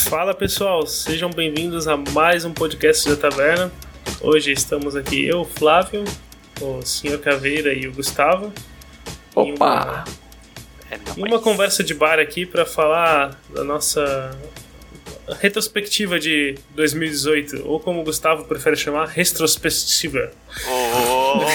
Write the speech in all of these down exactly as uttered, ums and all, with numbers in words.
Fala pessoal, sejam bem-vindos a mais um podcast da Taverna. Hoje estamos aqui eu, Flávio, o senhor Caveira e o Gustavo. Opa! E uma, e uma conversa de bar aqui para falar da nossa retrospectiva de dois mil e dezoito, ou como o Gustavo prefere chamar, retrospectiva. Oh, oh, oh,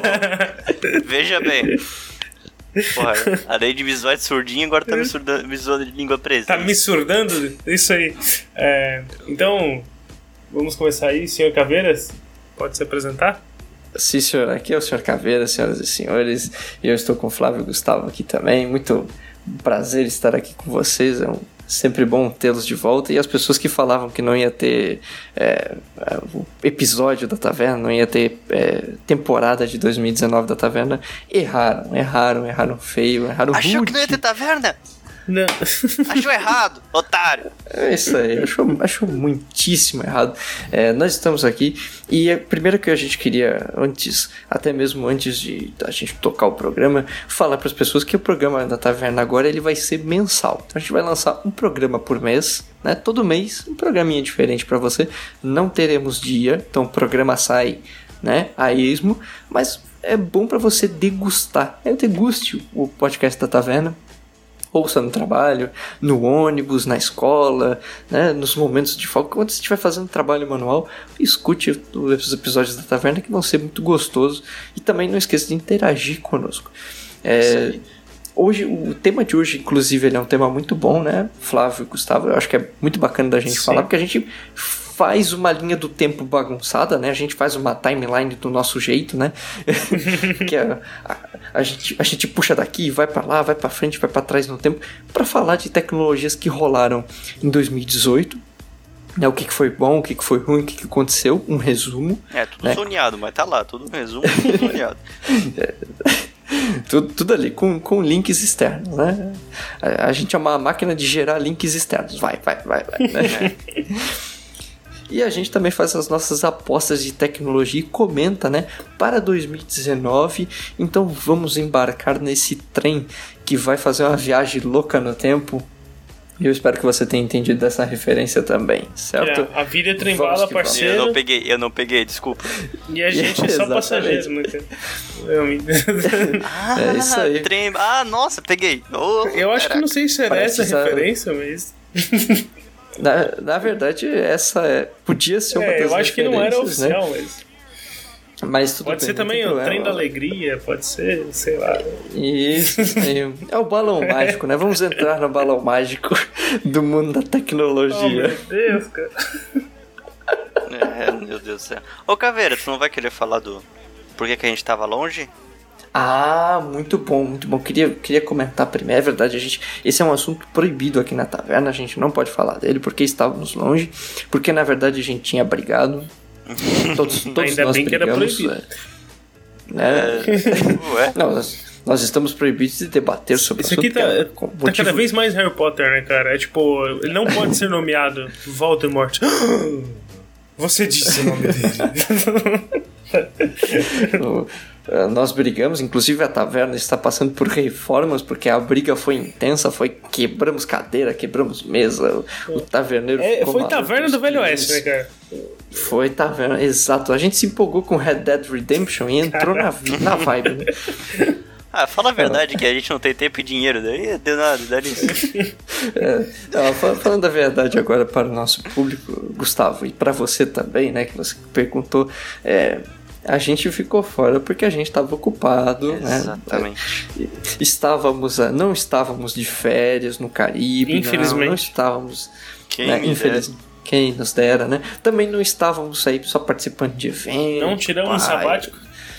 oh. Veja bem. Porra, além de me zoar de surdinho, agora tá me, surda, me zoando de língua presa. Tá me surdando? Isso aí. É, então, vamos começar aí, senhor Caveiras? Pode se apresentar? Sim, senhor. Aqui é o senhor Caveira, senhoras e senhores. E eu estou com o Flávio e o Gustavo aqui também. Muito prazer estar aqui com vocês. É um sempre bom tê-los de volta. E as pessoas que falavam que não ia ter é, o episódio da Taverna, não ia ter é, temporada de dois mil e dezenove da Taverna, erraram, erraram, erraram feio, erraram rude. Achou que não ia ter Taverna? Não. Achou errado, otário. É isso aí, achou, achou muitíssimo errado. É, nós estamos aqui e a primeira que a gente queria, antes, até mesmo antes de a gente tocar o programa, falar para as pessoas que o programa da Taverna agora ele vai ser mensal. Então a gente vai lançar um programa por mês, né? Todo mês, um programinha diferente para você. Não teremos dia, então o programa sai, né, a esmo, mas é bom para você degustar. É, deguste o podcast da Taverna. Ouça no trabalho, no ônibus, na escola, né, nos momentos de folga. Quando você estiver fazendo trabalho manual, escute os episódios da Taverna que vão ser muito gostosos. E também não esqueça de interagir conosco. É, hoje, o tema de hoje, inclusive, ele é um tema muito bom, né? Flávio e Gustavo, eu acho que é muito bacana da gente Sim. falar, porque a gente faz uma linha do tempo bagunçada, né? A gente faz uma timeline do nosso jeito, né? que a, a, a, gente, a gente puxa daqui, vai pra lá, vai pra frente, vai pra trás no tempo, pra falar de tecnologias que rolaram em dois mil e dezoito, né? O que, que foi bom, o que, que foi ruim, o que, que aconteceu, um resumo. É, tudo né? sonhado, mas tá lá, tudo um resumo, tudo sonhado. é, tudo, tudo ali, com, com links externos, né? A, a gente é uma máquina de gerar links externos, vai, vai, vai, vai, né? E a gente também faz as nossas apostas de tecnologia e comenta, né, para dois mil e dezenove. Então vamos embarcar nesse trem que vai fazer uma viagem louca no tempo. E eu espero que você tenha entendido dessa referência também, certo? É, a vida é trem-bala, parceiro. Eu não peguei, eu não peguei, desculpa. E a gente é só passageiro, não tem? Ah, é isso aí. Trem... Ah, nossa, peguei. Oh, eu acho caraca. que não sei se era Parece essa que referência, mas... Na, na verdade, essa é, podia ser uma é, das eu acho que não era oficial, né? mas... Mas tudo pode bem, ser também o problema. Trem da Alegria, pode ser, sei lá. Isso, é o balão mágico, né? Vamos entrar no balão mágico do mundo da tecnologia. Oh, meu Deus, cara. É, meu Deus do céu. Ô, Caveira, tu não vai querer falar do... Por que que a gente tava longe? Ah, muito bom, muito bom. Queria, queria comentar primeiro, é verdade, a gente, esse é um assunto proibido aqui na Taverna, a gente não pode falar dele porque estávamos longe, porque na verdade a gente tinha brigado. Todos, todos Ainda nós bem brigamos, que era proibido. Né? É, ué? Não, nós, nós estamos proibidos de debater sobre isso aqui tá, é, tá motivo... cada vez mais Harry Potter, né, cara? É tipo, ele não pode ser nomeado Voldemort. Você disse o nome dele. o, Nós brigamos, inclusive a Taverna está passando por reformas porque a briga foi intensa, foi quebramos cadeira, quebramos mesa, o, o taverneiro é, ficou foi maluco, Taverna do Velho Oeste, né, cara? Foi Taverna, exato. A gente se empolgou com Red Dead Redemption e entrou na, na vibe, né? Ah, fala a verdade que a gente não tem tempo e dinheiro, daí deu nada, dá nisso. É, não, falando a verdade agora para o nosso público, Gustavo, e para você também, né, que você perguntou, é... a gente ficou fora porque a gente estava ocupado, exatamente, né? Estávamos, não estávamos de férias no Caribe, infelizmente. Não, não estávamos, quem, né? Infelizmente, quem nos dera, né? Também não estávamos aí só participando de eventos. Não tiramos um sabático.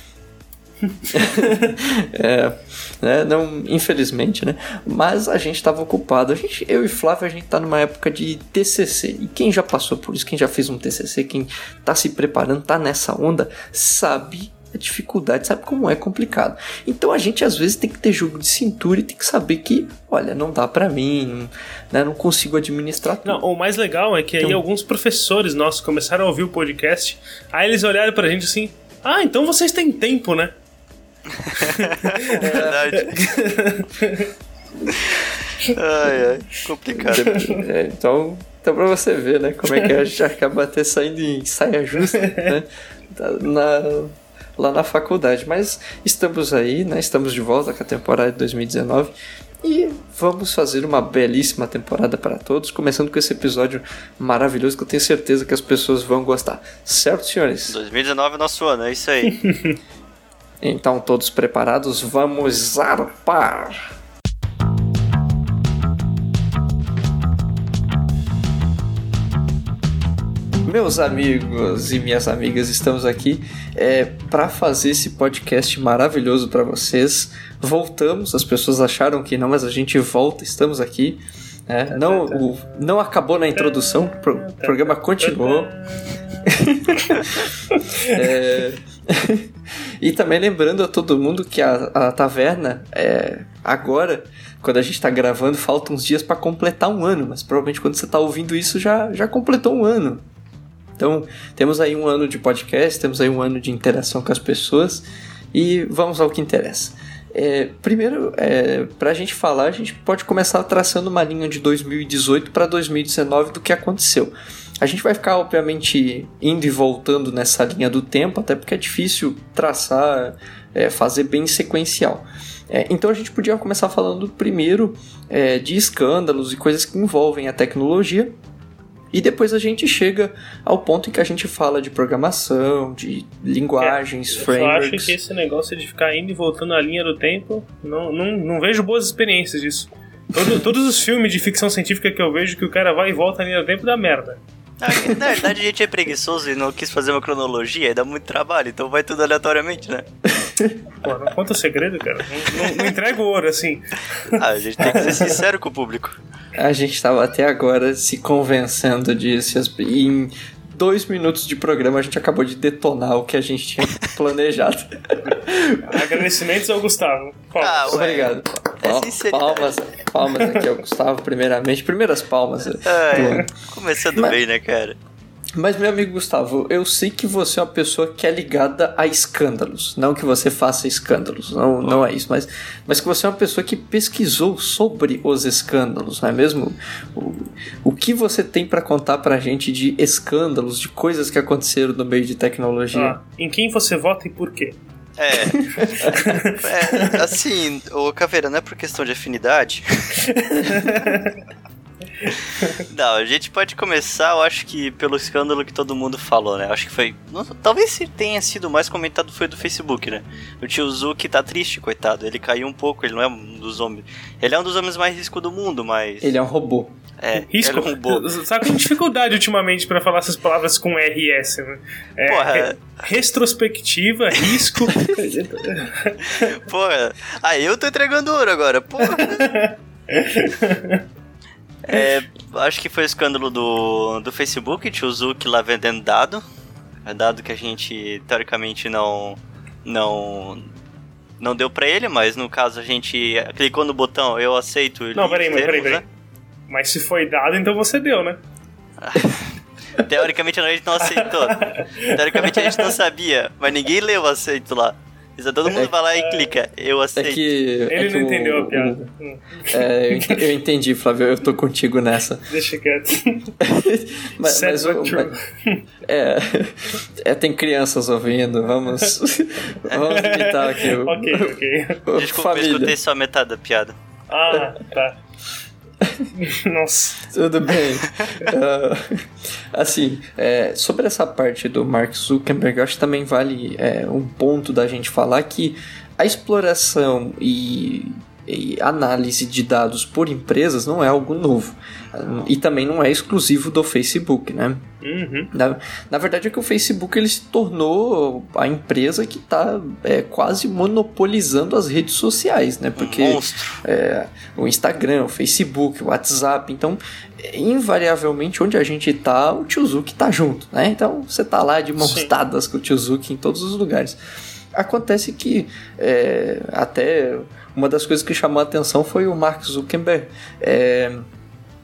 é, né? Não, infelizmente, né? Mas a gente estava ocupado. A gente, eu e Flávio, a gente tá numa época de T C C. E quem já passou por isso, quem já fez um T C C, quem tá se preparando, tá nessa onda, sabe a dificuldade, sabe como é complicado. Então a gente às vezes tem que ter jogo de cintura e tem que saber que, olha, não dá pra mim, não, né, não consigo administrar tudo. Não, o mais legal é que aí então, alguns professores nossos começaram a ouvir o podcast, aí eles olharam pra gente assim, ah, então vocês têm tempo, né? É verdade. Ai, ai, complicado. É, então, Então pra você ver, né, como é que a gente acaba até saindo em saia justa, né, na, lá na faculdade. Mas estamos aí, né, estamos de volta com a temporada de dois mil e dezenove e vamos fazer uma belíssima temporada para todos, começando com esse episódio maravilhoso que eu tenho certeza que as pessoas vão gostar. Certo, senhores? dois mil e dezenove é nosso ano, é isso aí. Então, todos preparados? Vamos zarpar! Meus amigos e minhas amigas, estamos aqui é, para fazer esse podcast maravilhoso para vocês. Voltamos, as pessoas acharam que não, mas a gente volta, estamos aqui. É, não, o, não acabou na introdução, o pro, programa continuou. é, e também lembrando a todo mundo que a, a taverna, é, agora, quando a gente está gravando, faltam uns dias para completar um ano, mas provavelmente quando você está ouvindo isso já, já completou um ano. Então, temos aí um ano de podcast, temos aí um ano de interação com as pessoas e vamos ao que interessa. É, primeiro, é, para a gente falar, a gente pode começar traçando uma linha de dois mil e dezoito para dois mil e dezenove do que aconteceu. A gente vai ficar, obviamente, indo e voltando nessa linha do tempo, até porque é difícil traçar, é, fazer bem sequencial. É, então a gente podia começar falando primeiro é, de escândalos e coisas que envolvem a tecnologia. E depois a gente chega ao ponto em que a gente fala de programação, de linguagens, é, eu frameworks. Eu acho que esse negócio de ficar indo e voltando na linha do tempo, não, não, não vejo boas experiências disso. Todo, todos os filmes de ficção científica que eu vejo que o cara vai e volta na linha do tempo dá merda. Ah, na verdade a gente é preguiçoso e não quis fazer uma cronologia e dá muito trabalho, então vai tudo aleatoriamente, né? Pô, não conta segredo, cara. Não, não, não entrega o ouro assim. Ah, a gente tem que ser sincero com o público. A gente estava até agora se convencendo disso e em dois minutos de programa a gente acabou de detonar o que a gente tinha planejado. Agradecimentos ao Gustavo. Palmas. Ah, ué. Obrigado. É palmas, palmas aqui ao Gustavo, primeiramente. Primeiras palmas. É, começando Mas... bem, né, cara? Mas, meu amigo Gustavo, eu sei que você é uma pessoa que é ligada a escândalos. Não que você faça escândalos, não, não é isso. Mas, mas que você é uma pessoa que pesquisou sobre os escândalos, não é mesmo? O, o que você tem para contar pra gente de escândalos, de coisas que aconteceram no meio de tecnologia? Ah, em quem você vota e por quê? É, é assim, ô Caveira, não é por questão de afinidade... Não, a gente pode começar, eu acho que pelo escândalo que todo mundo falou, né? Acho que foi... Não, talvez tenha sido mais comentado foi do Facebook, né? O tio Zuki tá triste, coitado. Ele caiu um pouco, ele não é um dos homens... Ele é um dos homens mais riscos do mundo, mas... Ele é um robô. É, risco? Ele é um robô. Sabe com dificuldade ultimamente pra falar essas palavras com R e S, né? É, Porra... Re- retrospectiva, risco... Porra... Ah, eu tô entregando ouro agora, porra... É, acho que foi o escândalo do, do Facebook, tio Zuki lá vendendo dado. Dado que a gente, teoricamente, não não não deu pra ele, mas no caso a gente clicou no botão, eu aceito. Não, peraí, termos, peraí, peraí. Né? Mas se foi dado, então você deu, né? Teoricamente a gente não aceitou. Teoricamente a gente não sabia, mas ninguém leu o aceito lá. Todo mundo é, vai lá e clica, eu aceito. É que, Ele é não que entendeu o, a piada. O, é, eu entendi, Flávio, eu tô contigo nessa. Deixa quieto. mas, mas, o, mas é, é, tem crianças ouvindo, vamos, vamos imitar aqui o, ok, ok. O, Desculpa, família. Eu escutei só metade da piada. Ah, tá. Nossa. Tudo bem. Uh, assim, é, sobre essa parte do Mark Zuckerberg, eu acho que também vale é, um ponto da gente falar que a exploração e, e análise de dados por empresas não é algo novo. E também não é exclusivo do Facebook, né? Uhum. Na, na verdade é que o Facebook ele se tornou a empresa que está é, quase monopolizando as redes sociais, né? Porque um monstro. É, o Instagram, o Facebook, o WhatsApp, então invariavelmente onde a gente tá, o tio Zuki tá junto, né? Então você tá lá de mãos Sim. dadas com o tio Zuki em todos os lugares. Acontece que é, até uma das coisas que chamou a atenção foi o Mark Zuckerberg é,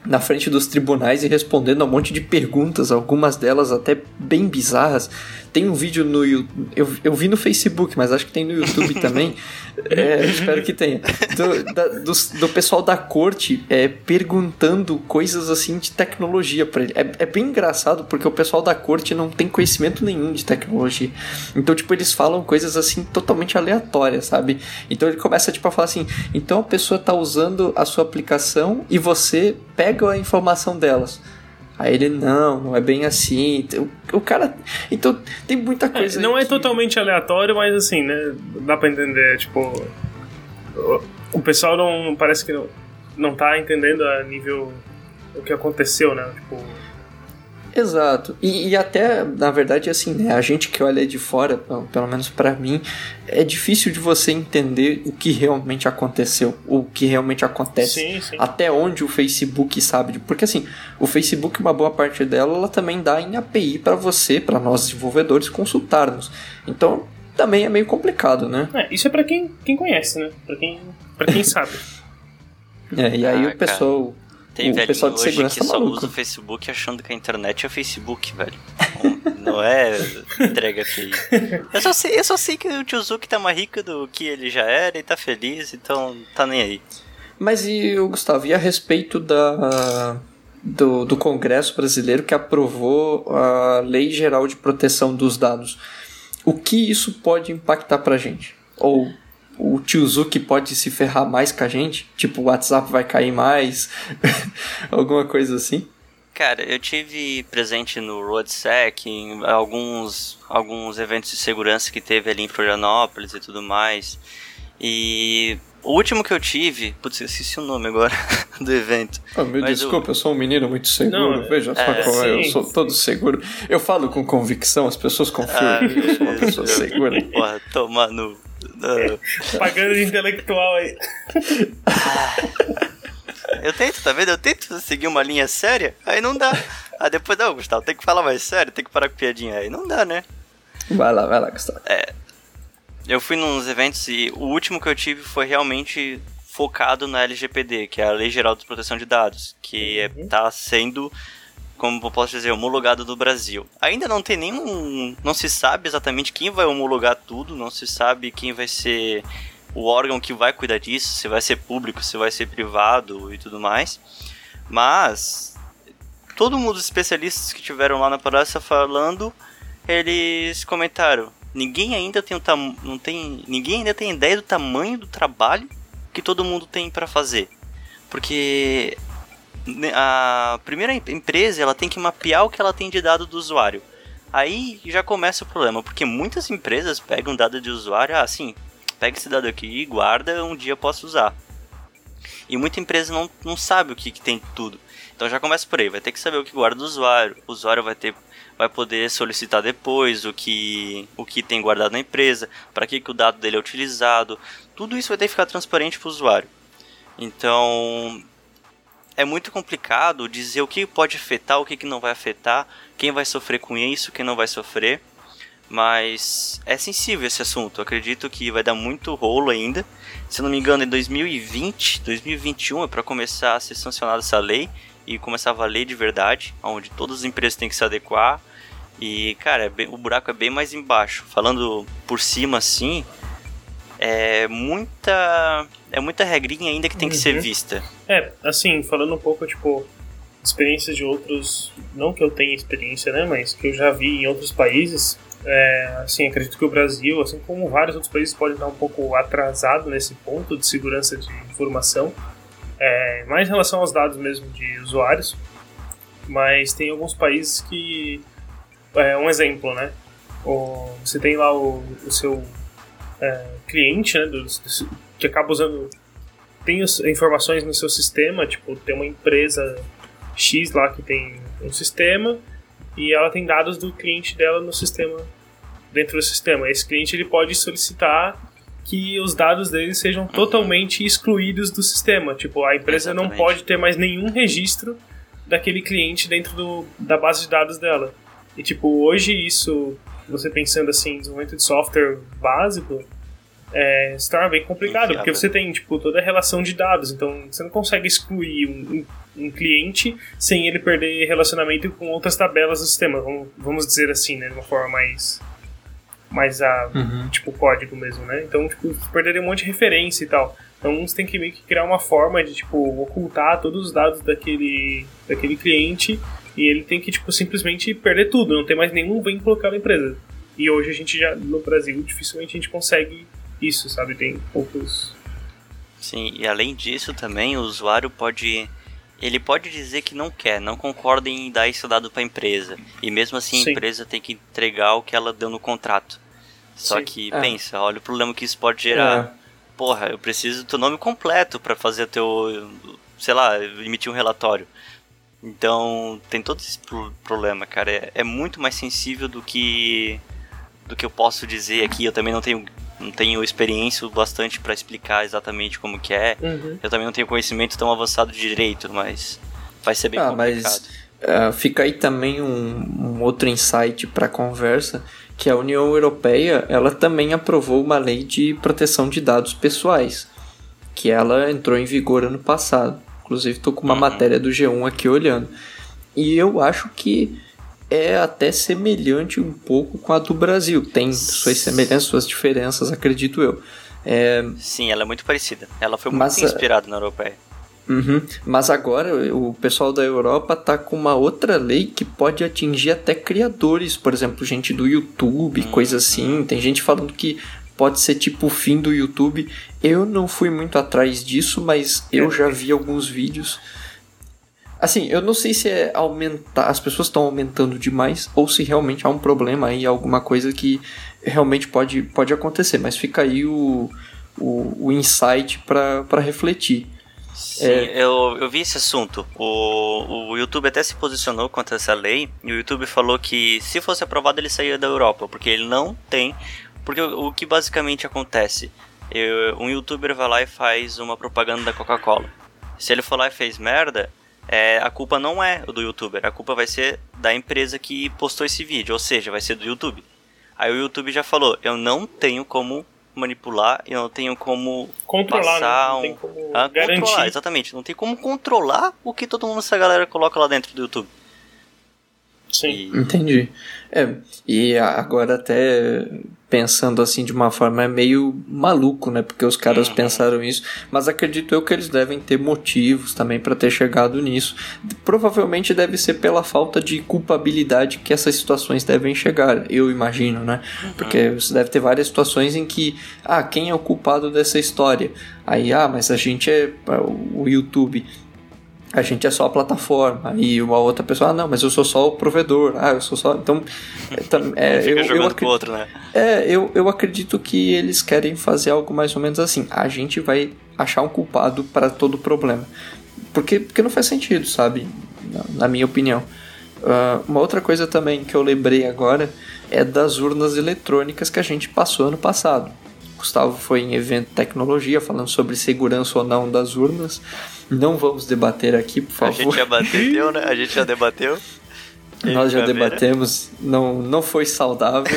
na frente dos tribunais e respondendo a um monte de perguntas, algumas delas até bem bizarras. Tem um vídeo no YouTube, eu, eu vi no Facebook, mas acho que tem no YouTube também, é, espero que tenha, do, da, do, do pessoal da corte é, perguntando coisas assim de tecnologia pra ele. É, é bem engraçado porque o pessoal da corte não tem conhecimento nenhum de tecnologia. Então, tipo, eles falam coisas assim totalmente aleatórias, sabe? Então ele começa, tipo, a falar assim, então a pessoa tá usando a sua aplicação e você pega a informação delas. Aí ele, não, não é bem assim. O, o cara... Então, tem muita coisa... É, não é que... totalmente aleatório, mas assim, né? Dá pra entender, tipo... O, o pessoal não... Parece que não, não tá entendendo a nível... O que aconteceu, né? Tipo... Exato. E, e até, na verdade, assim, né? A gente que olha de fora, pelo menos pra mim, é difícil de você entender o que realmente aconteceu, o que realmente acontece. Sim, sim. Até onde o Facebook sabe. Porque, assim, o Facebook, uma boa parte dela, ela também dá em A P I pra você, pra nós desenvolvedores, consultarmos. Então, também é meio complicado, né? É, isso é pra quem, quem conhece, né? Pra quem, pra quem sabe. É, e aí Ah, o pessoal... Cara. Tem o velhinho pessoal de hoje segurança que tá só maluco. usa o Facebook achando que a internet é o Facebook, velho. Não é entrega F I. Eu só sei, eu só sei que o tio Zuki tá mais rico do que ele já era e tá feliz, então tá nem aí. Mas e, Gustavo, e a respeito da, do, do Congresso brasileiro que aprovou a Lei Geral de Proteção dos Dados? O que isso pode impactar pra gente? Ou o tio Zuki pode se ferrar mais com a gente? Tipo, o WhatsApp vai cair mais? Alguma coisa assim? Cara, eu tive presente no RoadSec, em alguns, alguns eventos de segurança que teve ali em Florianópolis e tudo mais. E o último que eu tive... Putz, eu esqueci o nome agora do evento. Oh, meu Mas desculpa, eu... eu sou um menino muito seguro. Não, Veja só é, como é, eu sim, sou sim. todo seguro. Eu falo com convicção, as pessoas confiam Ah, em mim, eu sou uma pessoa eu- segura. Porra, toma no... no- Pagando de intelectual aí. Eu tento, tá vendo? Eu tento seguir uma linha séria, aí não dá. Ah, depois, não, Gustavo, tem que falar mais sério, tem que parar com piadinha aí. Não dá, né? Vai lá, vai lá, Gustavo. Eu fui nos eventos e o último que eu tive foi realmente focado na L G P D, que é a Lei Geral de Proteção de Dados, que está sendo, como eu posso dizer, homologado no Brasil. Ainda não tem nenhum... Não se sabe exatamente quem vai homologar tudo, não se sabe quem vai ser o órgão que vai cuidar disso, se vai ser público, se vai ser privado e tudo mais. Mas todo mundo, os especialistas que tiveram lá na palestra falando, eles comentaram: ninguém ainda tem o tam... não tem, ninguém ainda tem ideia do tamanho do trabalho que todo mundo tem para fazer, porque a primeira empresa ela tem que mapear o que ela tem de dado do usuário. Aí já começa o problema, porque muitas empresas pegam dado de usuário, ah, sim, pega esse dado aqui e guarda, um dia eu posso usar. E muita empresa não, não sabe o que, que tem tudo. Então já começa por aí, vai ter que saber o que guarda do usuário. O usuário vai ter, vai poder solicitar depois o que, o que tem guardado na empresa, para que, que o dado dele é utilizado. Tudo isso vai ter que ficar transparente para o usuário. Então é muito complicado dizer o que pode afetar, o que, que não vai afetar, quem vai sofrer com isso, quem não vai sofrer. Mas é sensível esse assunto, eu acredito que vai dar muito rolo ainda. Se não me engano, em dois mil e vinte, dois mil e vinte e um é para começar a ser sancionada essa lei e começar a valer de verdade, onde todas as empresas têm que se adequar. E, cara, é bem, o buraco é bem mais embaixo. Falando por cima assim, é muita, é muita regrinha ainda que tem que Uhum. ser vista. É, assim, falando um pouco, tipo, experiências de outros, não que eu tenha experiência, né, mas que eu já vi em outros países. É, assim, acredito que o Brasil, assim como vários outros países, pode estar um pouco atrasado nesse ponto de segurança de informação, é, mais em relação aos dados mesmo de usuários, mas tem alguns países que, é, um exemplo, né, o, você tem lá o, o seu é, cliente, né, do, do, que acaba usando, tem as informações no seu sistema, tipo, tem uma empresa X lá que tem um sistema, e ela tem dados do cliente dela no sistema, dentro do sistema. Esse cliente ele pode solicitar que os dados dele sejam totalmente excluídos do sistema. Tipo, a empresa Exatamente. não pode ter mais nenhum registro daquele cliente dentro do, da base de dados dela. E tipo, hoje isso, você pensando assim, em desenvolvimento de software básico, é, se torna bem complicado, Infiável. porque você tem tipo, toda a relação de dados, então você não consegue excluir um, um, um cliente sem ele perder relacionamento com outras tabelas do sistema, vamos, vamos dizer assim, né, de uma forma mais, mais a, Uhum. tipo código mesmo, né? Então tipo, você perderia um monte de referência e tal. Então você tem que meio que criar uma forma de tipo, ocultar todos os dados daquele, daquele cliente e ele tem que tipo, simplesmente perder tudo, não tem mais nenhum vínculo com a empresa. E hoje a gente já, no Brasil, dificilmente a gente consegue isso, sabe? Tem poucos... Sim, e além disso também o usuário pode... Ele pode dizer que não quer, não concorda em dar esse dado para a empresa. E mesmo assim Sim. a empresa tem que entregar o que ela deu no contrato. Só Sim. que, É. pensa, olha o problema que isso pode gerar. É. Porra, eu preciso do teu nome completo para fazer teu... Sei lá, emitir um relatório. Então, tem todo esse pro- problema, cara. É, é muito mais sensível do que... do que eu posso dizer aqui. Eu também não tenho... não tenho experiência o bastante para explicar exatamente como que é. Uhum. Eu também não tenho conhecimento tão avançado de direito, mas vai ser bem Ah, complicado. mas uh, fica aí também um, um outro insight para a conversa, que a União Europeia ela também aprovou uma lei de proteção de dados pessoais, que ela entrou em vigor ano passado. Inclusive estou com uma Uhum. matéria do G um aqui olhando. E eu acho que é até semelhante um pouco com a do Brasil. Tem suas semelhanças, suas diferenças, acredito eu. É, Sim, ela é muito parecida. Ela foi Mas, muito inspirada na europeia. uhum. Mas agora o pessoal da Europa tá com uma outra lei que pode atingir até criadores, por exemplo, gente do YouTube, Uhum. coisa assim. Tem gente falando que pode ser tipo o fim do YouTube. Eu não fui muito atrás disso, mas eu já vi alguns vídeos. Assim, eu não sei se é aumentar, as pessoas estão aumentando demais ou se realmente há um problema aí, alguma coisa que realmente pode, pode acontecer, mas fica aí o, o, o insight para refletir. Sim, eu, eu vi esse assunto. O, o YouTube até se posicionou contra essa lei. E o YouTube falou que se fosse aprovado ele sairia da Europa, porque ele não tem... Porque o, o que basicamente acontece? Eu, um YouTuber vai lá e faz uma propaganda da Coca-Cola. Se ele for lá e fez merda, é, a culpa não é do YouTuber. A culpa vai ser da empresa que postou esse vídeo, ou seja, vai ser do YouTube. Aí o YouTube já falou, eu não tenho como manipular, eu não tenho como Controlar, passar né? Não um... tem como Ah, garantir. controlar, exatamente. Não tem como controlar o que todo mundo, essa galera coloca lá dentro do YouTube. Sim. E... Entendi. É, e agora até pensando assim de uma forma é meio maluco, né? Porque os caras Uhum. pensaram isso, mas acredito eu que eles devem ter motivos também para ter chegado nisso. Provavelmente deve ser pela falta de culpabilidade que essas situações devem chegar, eu imagino, né? Porque você deve ter várias situações em que, ah, quem é o culpado dessa história? Aí, ah, mas a gente é o YouTube. A gente é só a plataforma. E uma outra pessoa, ah, não, mas eu sou só o provedor. Ah, eu sou só... Então, é, é, Fica eu, jogando eu, pro outro, né? é eu, eu acredito que eles querem fazer algo mais ou menos assim. A gente vai achar um culpado para todo o problema. Porque, porque não faz sentido, sabe? Na, na minha opinião. Uh, uma outra coisa também que eu lembrei agora é das urnas eletrônicas que a gente passou ano passado. Gustavo foi em evento de tecnologia falando sobre segurança ou não das urnas. Não vamos debater aqui, por favor. A gente já bateu, né? A gente já debateu. Nós já Caveira. debatemos, não, não foi saudável.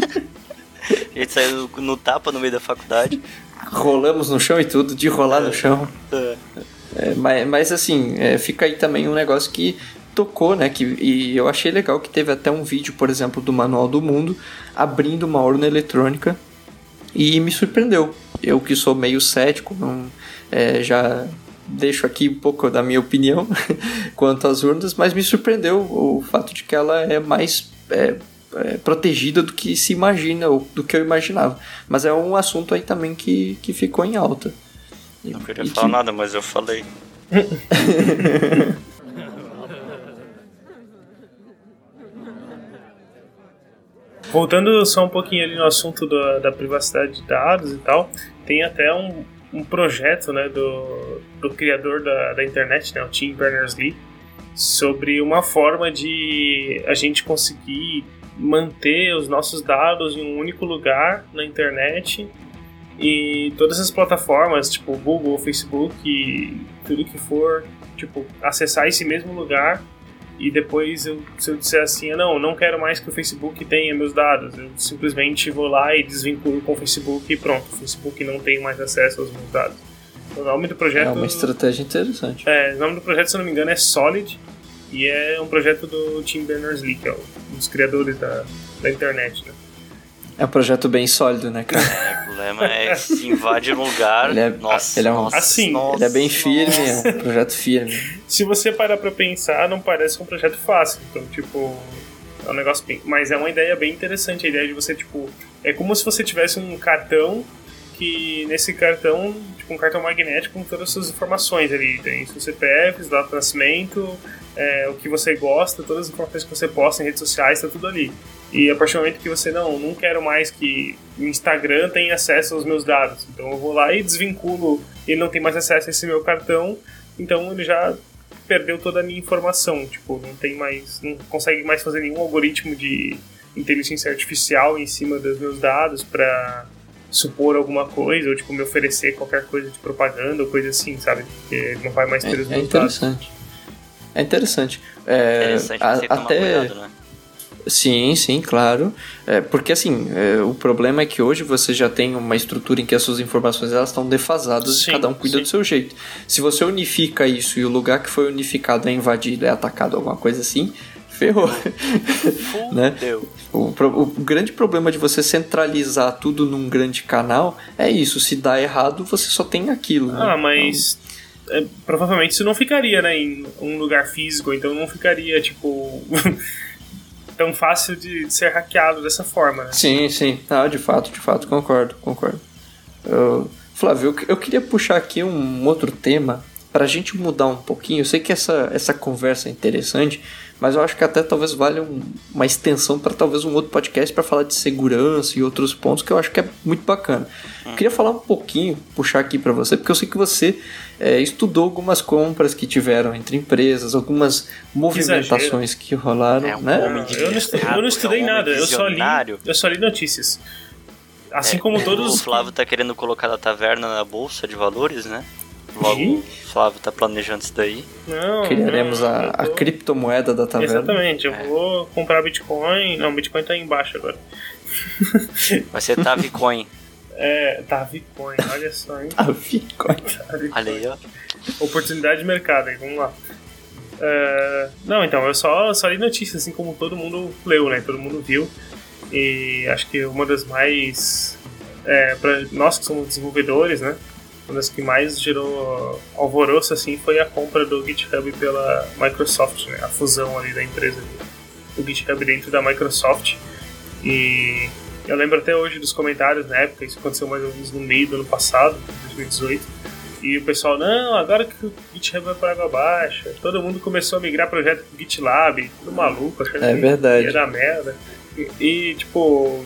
A gente saiu no tapa no meio da faculdade. Rolamos no chão e tudo, de rolar no chão. É. É, mas, mas assim, é, fica aí também um negócio que tocou, né? Que, e eu achei legal que teve até um vídeo, por exemplo, do Manual do Mundo abrindo uma urna eletrônica e me surpreendeu. Eu que sou meio cético, não, é, já deixo aqui um pouco da minha opinião quanto às urnas, mas me surpreendeu o fato de que ela é mais é, é, protegida do que se imagina, ou do que eu imaginava. Mas é um assunto aí também que, que ficou em alta. Não queria E falar que- nada, mas eu falei. Voltando só um pouquinho ali no assunto da, da privacidade de dados e tal, tem até um, um projeto, né, do, do criador da, da internet, né, o Tim Berners-Lee, sobre uma forma de a gente conseguir manter os nossos dados em um único lugar na internet e todas as plataformas, tipo Google, Facebook, e tudo que for, tipo, acessar esse mesmo lugar e depois eu, se eu disser assim, não, não quero mais que o Facebook tenha meus dados, eu simplesmente vou lá e desvinculo com o Facebook e pronto, o Facebook não tem mais acesso aos meus dados. O nome do projeto... É uma estratégia interessante. É, o nome do projeto, se eu não me engano, é Solid, e é um projeto do Tim Berners-Lee, que é um dos criadores da, da internet, né? É um projeto bem sólido, né, cara? É, o problema é se invade um lugar. Ele é, nossa, ele é um, nossa, assim, nossa, ele é bem firme, nossa. é um projeto firme. Se você parar pra pensar, não parece um projeto fácil. Então, tipo, é um negócio bem... Mas é uma ideia bem interessante, a ideia de você, tipo... É como se você tivesse um cartão que nesse cartão, tipo um cartão magnético com todas as suas informações ali. Tem seus C P Fs, data de nascimento, é, o que você gosta, todas as informações que você posta em redes sociais, tá tudo ali. E a partir do momento que você, não, não quero mais que o Instagram tenha acesso aos meus dados, então eu vou lá e desvinculo, ele não tem mais acesso a esse meu cartão, então ele já perdeu toda a minha informação, tipo, não tem mais, não consegue mais fazer nenhum algoritmo de inteligência artificial em cima dos meus dados para supor alguma coisa, ou tipo, me oferecer qualquer coisa de propaganda ou coisa assim, sabe? Porque ele não vai mais ter É, os é meus dados. interessante. É interessante. É, Interessante a, você tomar até... cuidado, né? Sim, sim, claro. É, porque assim, é, o problema é que hoje você já tem uma estrutura em que as suas informações elas estão defasadas Sim, e cada um cuida sim. do seu jeito. Se você unifica isso e o lugar que foi unificado é invadido, é atacado, alguma coisa assim, ferrou. Né? Fudeu. O, pro- o grande problema de você centralizar tudo num grande canal é isso. Se dá errado, você só tem aquilo. Né? Ah, mas é, provavelmente isso não ficaria, né, em um lugar físico, então não ficaria, tipo, tão fácil de, de ser hackeado dessa forma, né? Sim, sim. Ah, de fato, de fato, concordo, concordo. Eu- Flávio, eu, eu queria puxar aqui um outro tema pra gente mudar um pouquinho. Eu sei que essa, essa conversa é interessante, mas eu acho que até talvez valha um- uma extensão para talvez um outro podcast para falar de segurança e outros pontos que eu acho que é muito bacana. Eu queria falar um pouquinho, puxar aqui para você, porque eu sei que você é, estudou algumas compras que tiveram entre empresas, algumas movimentações que rolaram, É um né? homem de Eu não, estu- eu não estudei É um homem nada, eu só li, visionário. eu só li notícias. Assim É, como todos O os... Flávio tá querendo colocar a taverna na bolsa de valores, né? Logo, Ih? o Flávio tá planejando isso daí. Não, Criaremos não, a, eu a tô- criptomoeda da taverna. Exatamente, eu vou comprar Bitcoin. Não, Bitcoin tá aí embaixo agora. Vai ser Tavicoin. É, tá, Bitcoin, olha só, hein? A Bitcoin. Tá, Bitcoin. Olha aí, ó. Oportunidade de mercado aí, vamos lá. É, não, então, eu só, só li notícias, assim como todo mundo leu, né? Todo mundo viu. E acho que uma das mais... É, pra nós que somos desenvolvedores, né? Uma das que mais gerou alvoroço, assim, foi a compra do GitHub pela Microsoft, né? A fusão ali da empresa do GitHub dentro da Microsoft. E eu lembro até hoje dos comentários na época, isso aconteceu mais ou menos no meio do ano passado, dois mil e dezoito. E o pessoal, não, agora que o GitHub vai para água abaixo, todo mundo começou a migrar projeto pro GitLab, tudo maluco, achando É que verdade. ia dar merda. E, e, tipo...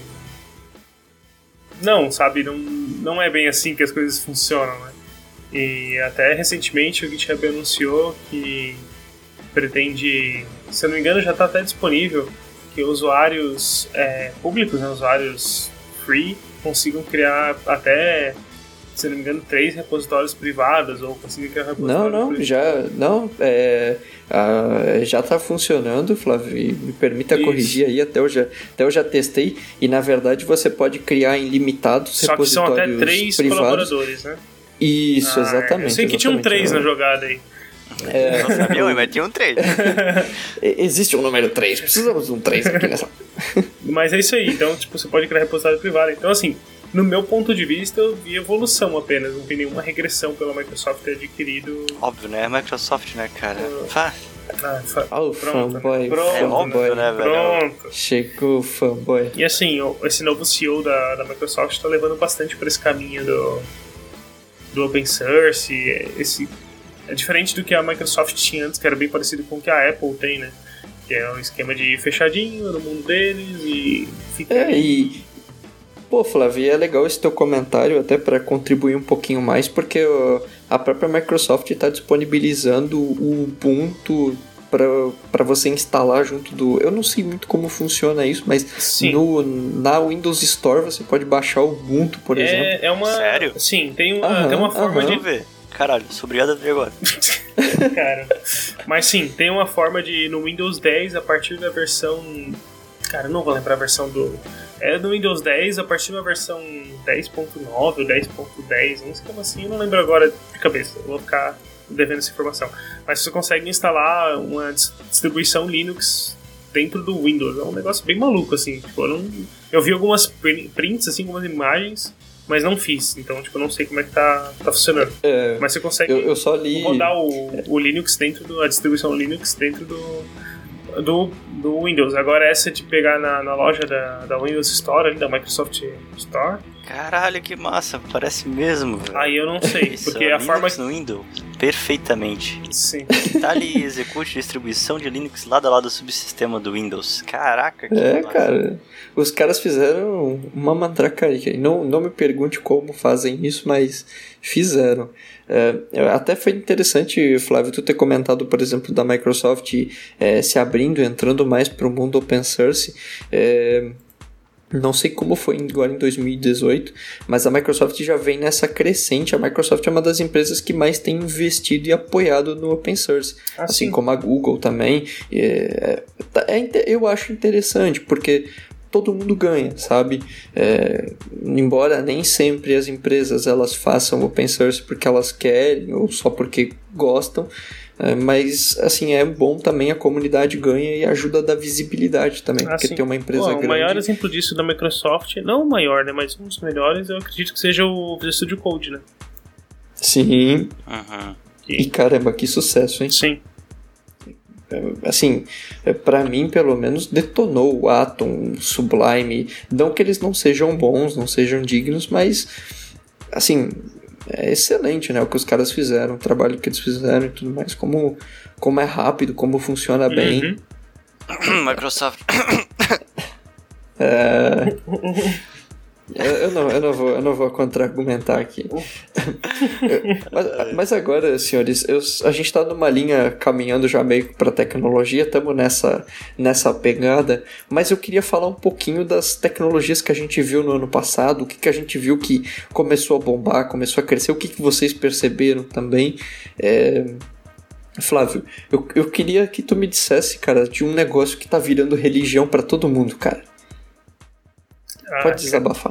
Não, sabe, não, não é bem assim que as coisas funcionam, né? E até recentemente o GitHub anunciou que pretende, se eu não me engano já está até disponível, que usuários é, públicos, né, usuários free, consigam criar até, se eu não me engano, três repositórios privados, ou conseguir criar um Não, repositório não, privado. já, não, é, ah, já tá funcionando, Flávio, e me permita Isso. corrigir aí, até eu, já, até eu já testei, e na verdade você pode criar em limitados Só que são repositórios até três privados. colaboradores, né? Isso, Ah, exatamente. Eu sei que tinha um exatamente. três na jogada aí. É, Não sabia, mas tinha um trade. existe um número três, precisamos de um três aqui nessa. Mas é isso aí, então tipo, você pode criar repositório privado. Então assim, no meu ponto de vista eu vi evolução apenas, não vi nenhuma regressão pela Microsoft ter adquirido... Óbvio, né? É Microsoft, né, cara? Fá. Ah, fa- Ah, o pronto, fanboy, né? Pronto, É óbvio, né, velho? Pronto. Chegou o fanboy. E assim, o- esse novo C E O da, da Microsoft está levando bastante para esse caminho do, do open source. Esse, é diferente do que a Microsoft tinha antes, que era bem parecido com o que a Apple tem, né? Que é um esquema de fechadinho no mundo deles e fica... É, e... Pô, Flávio, é legal esse teu comentário até para contribuir um pouquinho mais, porque ó, a própria Microsoft está disponibilizando o Ubuntu para você instalar junto do... Eu não sei muito como funciona isso, mas Sim. no, na Windows Store você pode baixar o Ubuntu, por exemplo. É, é uma... Sério? Sim, tem uma, Aham, tem uma forma aham. de... Vamos ver. Caralho, sou obrigado a ver agora. Cara, mas sim, tem uma forma de, no Windows dez, a partir da versão... Cara, eu não vou lembrar a versão do... É no Windows dez, a partir da versão dez ponto nove ou dez ponto dez, não sei como assim, eu não lembro agora de cabeça, eu vou ficar devendo essa informação. Mas você consegue instalar uma distribuição Linux dentro do Windows, é um negócio bem maluco, assim, tipo, eu, não, eu vi algumas prints, assim, algumas imagens, mas não fiz, então, tipo, eu não sei como é que tá, tá funcionando. É, mas você consegue eu, eu só li... rodar o, o Linux dentro do... a distribuição Linux dentro do... Do, do Windows. Agora essa de pegar na, na loja da, da Windows Store, ali, da Microsoft Store. Caralho, que massa, parece mesmo, velho. Aí eu não sei, Isso, porque a Linux forma... no Windows, perfeitamente. Sim. Tá ali, execute distribuição de Linux lado a lado do subsistema do Windows. Caraca, que É, massa. cara, os caras fizeram uma mandracaria. Não, não me pergunte como fazem isso, mas fizeram. É, até foi interessante, Flávio, tu ter comentado, por exemplo, da Microsoft é, se abrindo, entrando mais para o mundo open source. É, não sei como foi agora em dois mil e dezoito, mas a Microsoft já vem nessa crescente. A Microsoft é uma das empresas que mais tem investido e apoiado no open source, ah, assim sim. como a Google também. É, é, eu acho interessante, porque todo mundo ganha, sabe? É, embora nem sempre as empresas elas façam open source porque elas querem ou só porque gostam, é, mas assim, é bom também, a comunidade ganha e ajuda a dar visibilidade também, ah, porque sim. tem uma empresa Pô, grande. O maior exemplo disso da Microsoft, não o maior, né, mas um dos melhores, eu acredito que seja o Visual Studio Code, né? Sim. Uhum. E caramba, que sucesso, hein? Sim. Assim, pra mim pelo menos detonou o Atom, o Sublime. Não que eles não sejam bons, não sejam dignos, mas assim, é excelente, né, o que os caras fizeram, o trabalho que eles fizeram e tudo mais, como, como é rápido, como funciona bem. Uhum. Microsoft. É... Eu, eu, não, eu, não vou, eu não vou contra-argumentar aqui. mas, mas agora, senhores, eu, a gente está numa linha caminhando já meio para tecnologia, estamos nessa, nessa pegada, mas eu queria falar um pouquinho das tecnologias que a gente viu no ano passado, o que, que a gente viu que começou a bombar, começou a crescer, o que, que vocês perceberam também. É... Flávio, eu, eu queria que tu me dissesse, cara, de um negócio que tá virando religião para todo mundo, cara. Ah, Pode desabafar.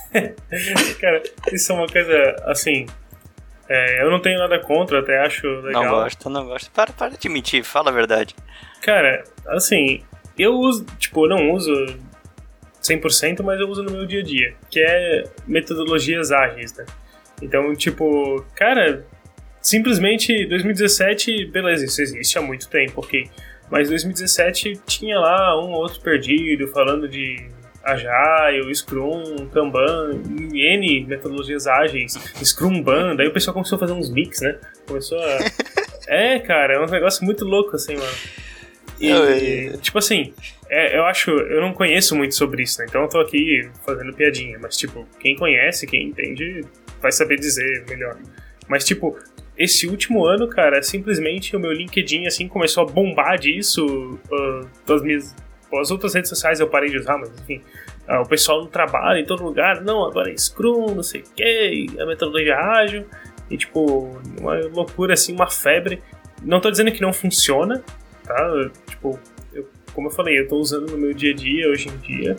Cara, isso é uma coisa, assim, é, eu não tenho nada contra, até acho legal. Não gosto, não gosto. Para, para de mentir, fala a verdade. Cara, assim, eu uso, tipo, eu não uso cem por cento, mas eu uso no meu dia a dia, que é metodologias ágeis, né? Então, tipo, cara, simplesmente dois mil e dezessete, beleza, isso existe há muito tempo, ok. Mas dois mil e dezessete tinha lá um ou outro perdido falando de Agile, Scrum, Kanban, N metodologias ágeis, Scrumban, daí o pessoal começou a fazer uns mix, né? Começou a... É, cara, é um negócio muito louco, assim, mano. E, eu... tipo assim, é, eu acho, eu não conheço muito sobre isso, né? Então eu tô aqui fazendo piadinha, mas tipo, quem conhece, quem entende, vai saber dizer melhor. Mas tipo, esse último ano, cara, simplesmente o meu LinkedIn, assim, começou a bombar disso, uh, das minhas... As outras redes sociais eu parei de usar, mas enfim, uh, o pessoal no trabalho, em todo lugar, não, agora é Scrum, não sei o que, a metodologia ágil, e tipo, uma loucura assim, uma febre. Não tô dizendo que não funciona, tá? Eu, tipo, eu, como eu falei, eu tô usando no meu dia a dia, hoje em dia,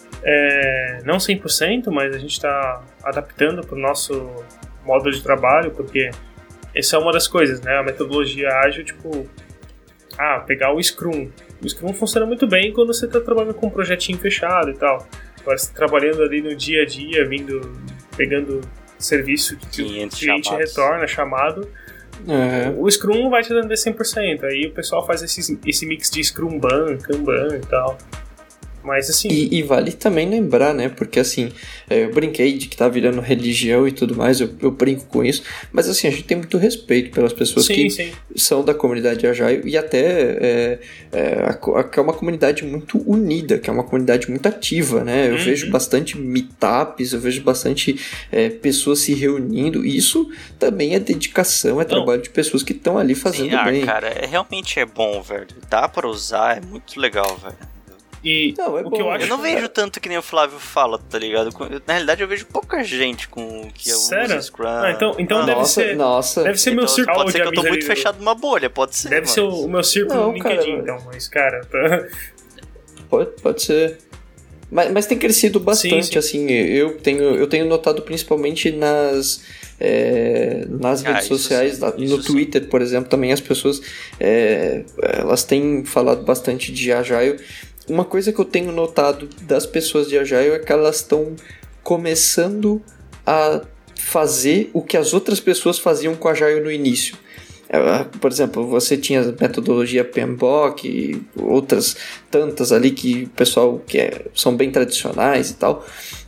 é, não cem por cento, mas a gente tá adaptando pro nosso modo de trabalho, porque essa é uma das coisas, né? A metodologia ágil, tipo, ah, pegar o Scrum. O Scrum funciona muito bem quando você está trabalhando com um projetinho fechado e tal. Agora, você tá trabalhando ali no dia a dia, vindo, pegando serviço que o cliente chamados. retorna, chamado, uhum. O Scrum não vai te atender cem por cento. Aí o pessoal faz esse, esse mix de Scrumban, Kanban e tal. Mas assim... E, e vale também lembrar, né? Porque assim, eu brinquei de que tá virando religião e tudo mais, eu, eu brinco com isso, mas assim, a gente tem muito respeito pelas pessoas sim, que sim. são da comunidade Agile e até é, é, que é uma comunidade muito unida, que é uma comunidade muito ativa, né? Eu uhum. vejo bastante meetups, eu vejo bastante é, pessoas se reunindo, e isso também é dedicação, é Não. trabalho de pessoas que estão ali fazendo sim, ah, bem. Cara, é, realmente é bom, velho. Dá pra usar, é muito legal, velho. E não, é o bom. que eu acho... Eu não vejo tanto que nem o Flávio fala, tá ligado? Na realidade, eu vejo pouca gente com que eu Sério? uso Scrum. Ah, então, então ah, deve nossa, ser... Nossa. Deve ser então, meu círculo pode ser de que eu tô amigos muito ali. fechado numa bolha, pode ser. Deve mano. ser o, o meu círculo Não, no LinkedIn, cara, então. Mas, cara... Tá... Pode, pode ser. Mas, mas tem crescido bastante, sim, sim. assim, eu tenho, eu tenho notado principalmente nas, é, nas Ah, redes isso sociais, sim, na- isso no Twitter, sim. por exemplo, também as pessoas, é, elas têm falado bastante de Agile. Uma coisa que eu tenho notado das pessoas de Agile é que elas estão começando a fazer o que as outras pessoas faziam com Agile no início. Por exemplo, você tinha a metodologia P M B O K e outras tantas ali que o pessoal que é, são bem tradicionais e tal.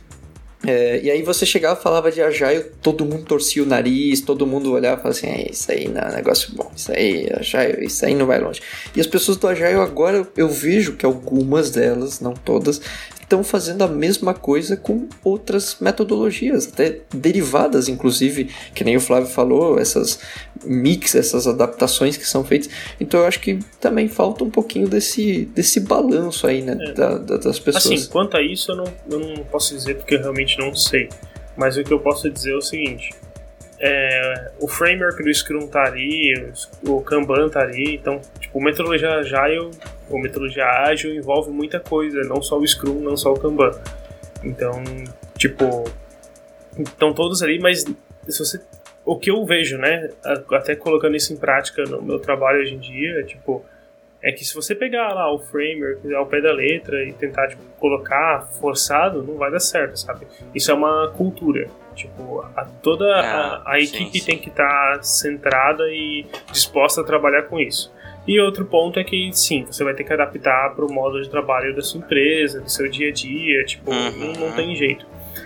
É, e aí você chegava e falava de Agile, todo mundo torcia o nariz, todo mundo olhava e falava assim, é, isso aí não é um negócio bom, isso aí, Agile, isso aí não vai longe. E as pessoas do Agile agora, eu vejo que algumas delas, não todas, estão fazendo a mesma coisa com outras metodologias, até derivadas, inclusive, que nem o Flávio falou, essas mix, essas adaptações que são feitas. Então eu acho que também falta um pouquinho desse, desse balanço aí, né, É. da, da, das pessoas. Assim, quanto a isso eu não, eu não posso dizer porque eu realmente não sei. Mas o que eu posso dizer é o seguinte. É, o framework do Scrum tá ali, o, o Kanban tá ali, então, tipo, metodologia Agile, ou metodologia ágil envolve muita coisa, não só o Scrum, não só o Kanban. Então, tipo, estão todos ali, mas se você, o que eu vejo, né, até colocando isso em prática no meu trabalho hoje em dia, é, tipo, é que se você pegar lá o framework ao pé da letra e tentar, tipo, colocar forçado, não vai dar certo, sabe? Isso é uma cultura. Tipo, a, toda Ah, a, a sim, equipe sim. tem que estar tá centrada e disposta a trabalhar com isso. E outro ponto é que, sim, você vai ter que adaptar para o modo de trabalho da sua empresa, do seu dia a dia, tipo, Uhum. não, não tem jeito.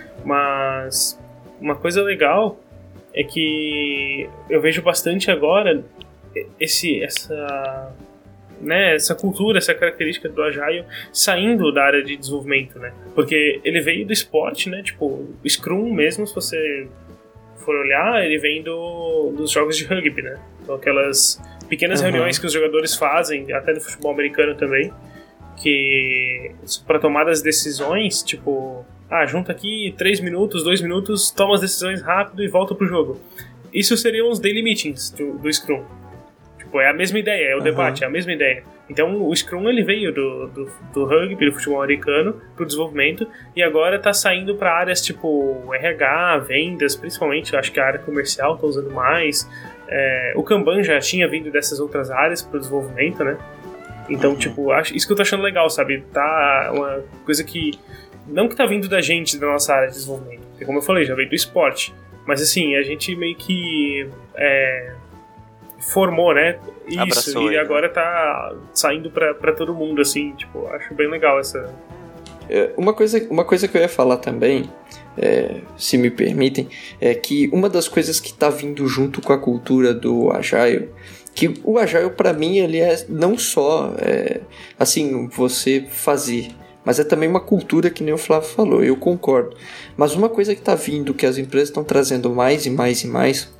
Mas uma coisa legal é que eu vejo bastante agora esse, essa... Né, essa cultura, essa característica do Agile saindo da área de desenvolvimento, né? Porque ele veio do esporte, né? Tipo, o Scrum mesmo, se você for olhar, ele vem do, dos jogos de rugby, né? Então aquelas pequenas Uhum. reuniões que os jogadores fazem, até no futebol americano também, que para tomar as decisões, tipo, ah, junta aqui três minutos, dois minutos, toma as decisões rápido e volta pro jogo. Isso seriam os daily meetings do, do Scrum. É a mesma ideia, é o Uhum. debate, é a mesma ideia. Então o Scrum ele veio do, do, do rugby, do futebol americano, pro desenvolvimento, e agora tá saindo para áreas tipo R H, vendas, principalmente, eu acho que a área comercial tá usando mais. É, o Kanban já tinha vindo dessas outras áreas pro desenvolvimento, né? Então, Uhum. tipo, acho, isso que eu tô achando legal, sabe? Tá uma coisa que, não que tá vindo da gente, da nossa área de desenvolvimento, porque como eu falei, já veio do esporte. Mas assim, a gente meio que... É, formou, né? Isso, Abraçou e ele, agora tá saindo pra, pra todo mundo, assim, tipo, acho bem legal essa... É, uma, coisa, uma coisa que eu ia falar também, é, se me permitem, é que uma das coisas que tá vindo junto com a cultura do Agile, que o Agile pra mim ele é não só, é, assim, você fazer, mas é também uma cultura que nem o Flávio falou, eu concordo. Mas uma coisa que tá vindo, que as empresas estão trazendo mais e mais e mais,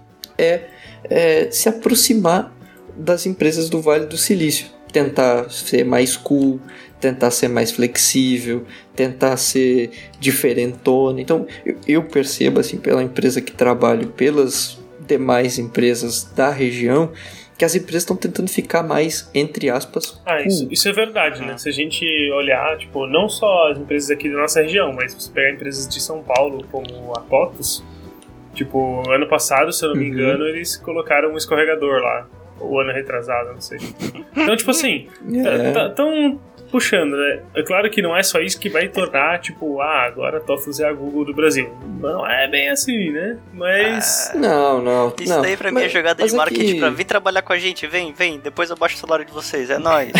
é É, se aproximar das empresas do Vale do Silício, tentar ser mais cool, tentar ser mais flexível, tentar ser diferentona. Então eu, eu percebo assim pela empresa que trabalho, pelas demais empresas da região, que as empresas estão tentando ficar mais, entre aspas, Ah, cool. isso, isso é verdade, né? Se a gente olhar, tipo, não só as empresas aqui da nossa região, mas se você pegar empresas de São Paulo, como a TOTUS, tipo, ano passado, se eu não me Uhum. engano, eles colocaram um escorregador lá. Ou ano retrasado, não sei. Então, tipo assim, É. estão puxando, né? É claro que não é só isso que vai tornar, tipo, ah, agora a TOTUS é a Google do Brasil. Não é bem assim, né? Mas... Não, não. Isso não. daí pra mim Mas- é jogada mas de é marketing que- pra vir trabalhar com a gente. Vem, vem, depois eu baixo o salário de vocês, é nóis.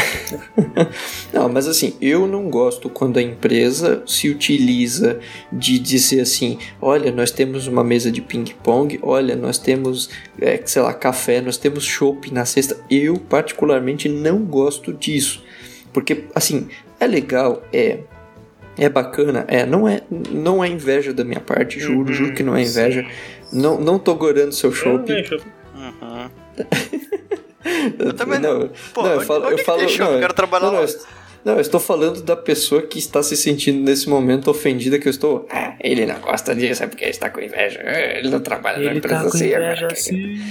Não, mas assim, eu não gosto quando a empresa se utiliza de dizer assim, olha, nós temos uma mesa de ping-pong, olha, nós temos, é, sei lá, café, nós temos chopp na sexta. Eu, particularmente, não gosto disso. Porque, assim, é legal, é... É bacana, é, não é, não é inveja da minha parte, juro, Uhum, juro que não é inveja. sim. Não, não tô gorando seu Eu não chopp. deixo. Uhum. Eu também não. não. Pô, não, eu onde- falo, onde eu que falo, tem show? não, Eu quero trabalhar não, lá. não, Não, eu estou falando da pessoa que está se sentindo nesse momento ofendida, que eu estou... Ah, ele não gosta disso, é porque ele está com inveja. Ele não trabalha ele na empresa tá com assim. Inveja assim.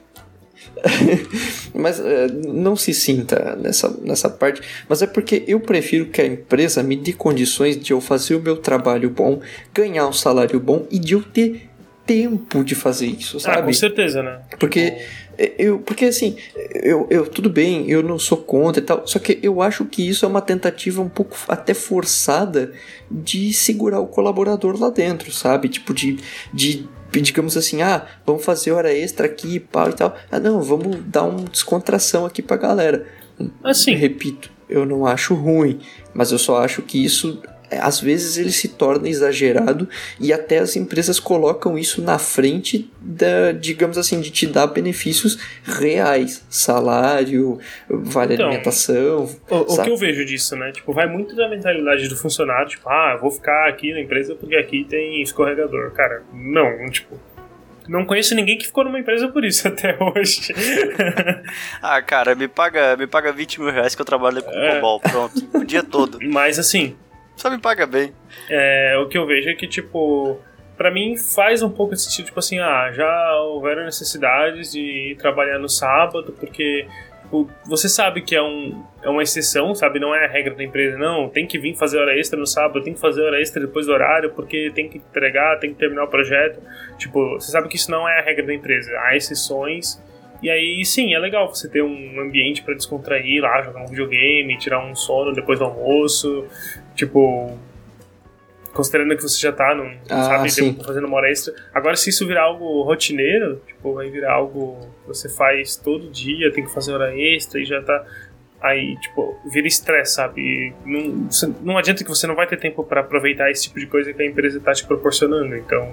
Mas é, não se sinta nessa, nessa parte. Mas é porque eu prefiro que a empresa me dê condições de eu fazer o meu trabalho bom, ganhar um salário bom e de eu ter tempo de fazer isso, sabe? Ah, com certeza, né? Porque... Tipo... Eu, porque assim, eu, eu, tudo bem, eu não sou contra e tal, só que eu acho que isso é uma tentativa um pouco até forçada de segurar o colaborador lá dentro, sabe? Tipo, de, de digamos assim, ah, vamos fazer hora extra aqui e pau e tal. Ah, não, vamos dar uma descontração aqui pra galera. Assim. Repito, eu não acho ruim, mas eu só acho que isso... às vezes ele se torna exagerado e até as empresas colocam isso na frente da, digamos assim, de te dar benefícios reais, salário, vale então, alimentação. O, o que eu vejo disso, né? Tipo, vai muito da mentalidade do funcionário, tipo, ah, eu vou ficar aqui na empresa porque aqui tem escorregador. Cara, não, tipo, não conheço ninguém que ficou numa empresa por isso até hoje. Ah, cara, me paga, me paga vinte mil reais que eu trabalho com é. COBOL, pronto, o dia todo. Mas assim... Só me paga bem. É, o que eu vejo é que, tipo, pra mim faz um pouco esse sentido, tipo assim, ah, já houveram necessidades de trabalhar no sábado, porque tipo, você sabe que é, um, é uma exceção, sabe? Não é a regra da empresa, não, tem que vir fazer hora extra no sábado, tem que fazer hora extra depois do horário, porque tem que entregar, tem que terminar o projeto. Tipo, você sabe que isso não é a regra da empresa, há exceções. E aí, sim, é legal você ter um ambiente pra descontrair lá, jogar um videogame, tirar um sono depois do almoço. Tipo, considerando que você já tá num, ah, sabe, sim. fazendo uma hora extra. Agora, se isso virar algo rotineiro, tipo, vai virar algo que você faz todo dia, tem que fazer hora extra e já tá... Aí, tipo, vira estresse, sabe? Não, não adianta que você não vai ter tempo pra aproveitar esse tipo de coisa que a empresa tá te proporcionando, então...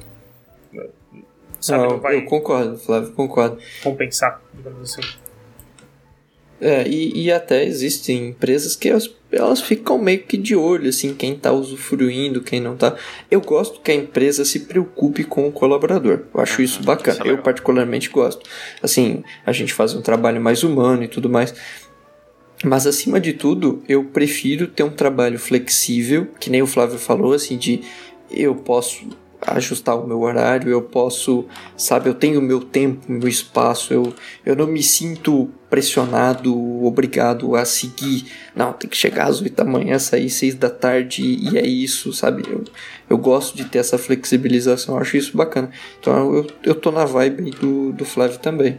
Sabe, não, não vai eu concordo, Flávio, concordo. compensar, digamos assim. É, e, e até existem empresas que elas, elas ficam meio que de olho, assim, quem tá usufruindo, quem não tá. Eu gosto que a empresa se preocupe com o colaborador. Eu acho uhum, isso bacana. Isso é eu particularmente gosto. Assim, a gente faz um trabalho mais humano e tudo mais. Mas, acima de tudo, eu prefiro ter um trabalho flexível, que nem o Flávio falou, assim, de eu posso... ajustar o meu horário, eu posso, sabe, eu tenho o meu tempo, meu espaço, eu, eu não me sinto pressionado, obrigado a seguir, não, tem que chegar às oito da manhã, sair seis da tarde e é isso, sabe, eu, eu gosto de ter essa flexibilização, eu acho isso bacana, então eu, eu tô na vibe do, do Flávio também.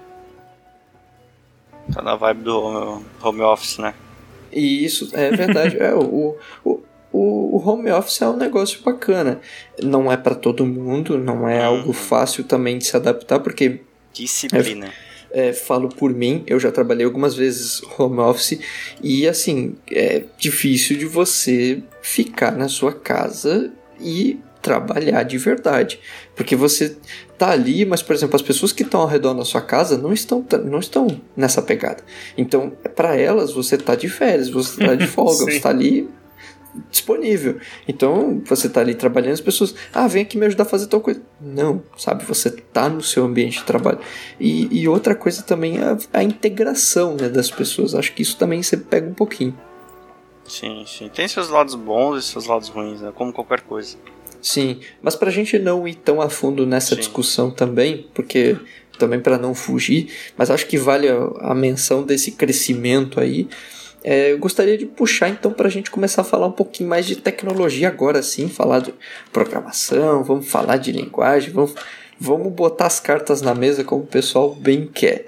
Tá na vibe do home, home office, né? E isso, é verdade, é, o, o O home office é um negócio bacana. Não é para todo mundo, não é algo fácil também de se adaptar, porque... Disciplina. É, é, falo por mim, eu já trabalhei algumas vezes home office e, assim, é difícil de você ficar na sua casa e trabalhar de verdade. Porque você tá ali, mas, por exemplo, as pessoas que estão ao redor da sua casa não estão, não estão nessa pegada. Então, para elas, você tá de férias, você tá de folga, você tá ali... disponível. Então, você tá ali trabalhando, as pessoas, ah, vem aqui me ajudar a fazer tal coisa. Não, sabe? Você tá no seu ambiente de trabalho. E, e outra coisa também é a, a integração, né, das pessoas. Acho que isso também você pega um pouquinho. Sim, sim. Tem seus lados bons e seus lados ruins, né? Como qualquer coisa. Sim, mas pra gente não ir tão a fundo nessa sim. discussão também, porque também para não fugir, mas acho que vale a, a menção desse crescimento aí. É, eu gostaria de puxar então para a gente começar a falar um pouquinho mais de tecnologia agora sim, falar de programação, vamos falar de linguagem, vamos, vamos botar as cartas na mesa como o pessoal bem quer.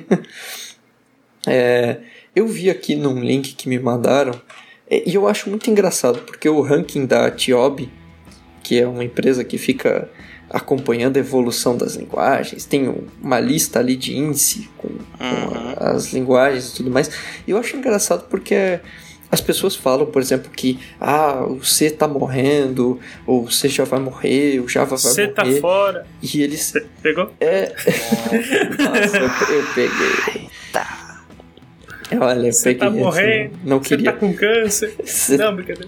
é, eu vi aqui num link que me mandaram é, e eu acho muito engraçado porque o ranking da Tiobi, que é uma empresa que fica acompanhando a evolução das linguagens, tem uma lista ali de índice com, com uhum. as linguagens e tudo mais, e eu acho engraçado porque as pessoas falam, por exemplo, que ah, o C tá morrendo, ou o C já vai morrer, o Java vai C morrer. tá fora. E eles... Pe- pegou? É... Nossa, eu, eu peguei. Tá. Olha, eu Cê peguei. Tá morrendo, não queria... Você tá com câncer. Cê... Não, brincadeira.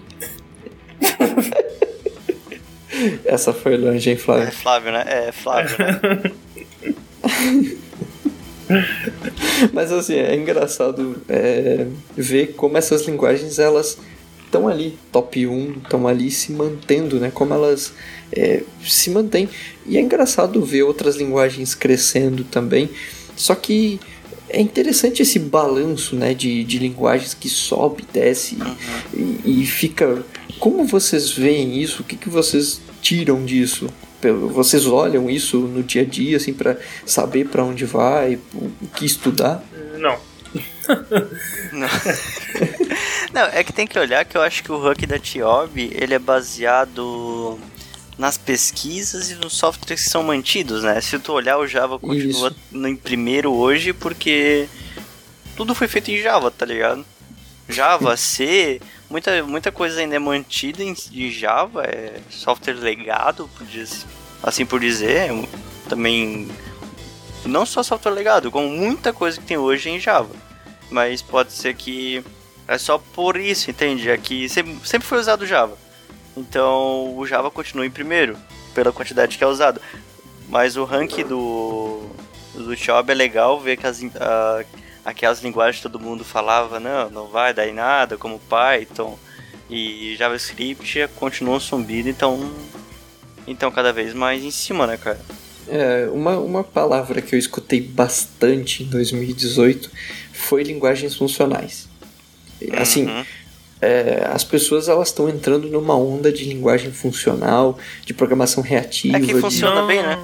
Essa foi longe, hein, Flávio? É Flávio, né? É Flávio, né? Mas assim, é engraçado é, ver como essas linguagens, elas estão ali, top um, estão ali se mantendo, né? Como elas é, se mantêm. E é engraçado ver outras linguagens crescendo também. Só que é interessante esse balanço, né, de, de linguagens que sobe, desce uhum. e, e fica... Como vocês veem isso? O que, que vocês tiram disso? Vocês olham isso no dia a dia, assim, para saber para onde vai, o que estudar? Não. Não. Não, é que tem que olhar que eu acho que o Huck da Tiob, ele é baseado nas pesquisas e nos softwares que são mantidos, né? Se tu olhar, o Java continua isso. no em primeiro hoje porque tudo foi feito em Java, tá ligado? Java, C, muita, muita coisa ainda é mantida em de Java, é software legado, assim por dizer, também não só software legado, como muita coisa que tem hoje em Java, mas pode ser que é só por isso, entende? É que sempre, sempre foi usado Java, então o Java continua em primeiro, pela quantidade que é usado, mas o ranking do, do Tiob é legal ver que as... Uh, aquelas linguagens que todo mundo falava, não, não vai dar em nada, como Python e JavaScript, continuam subindo, então, então cada vez mais em cima, né, cara? É, uma, uma palavra que eu escutei bastante em dois mil e dezoito foi linguagens funcionais. Assim, uhum. é, as pessoas elas estão entrando numa onda de linguagem funcional, de programação reativa. É que funciona de... bem, né?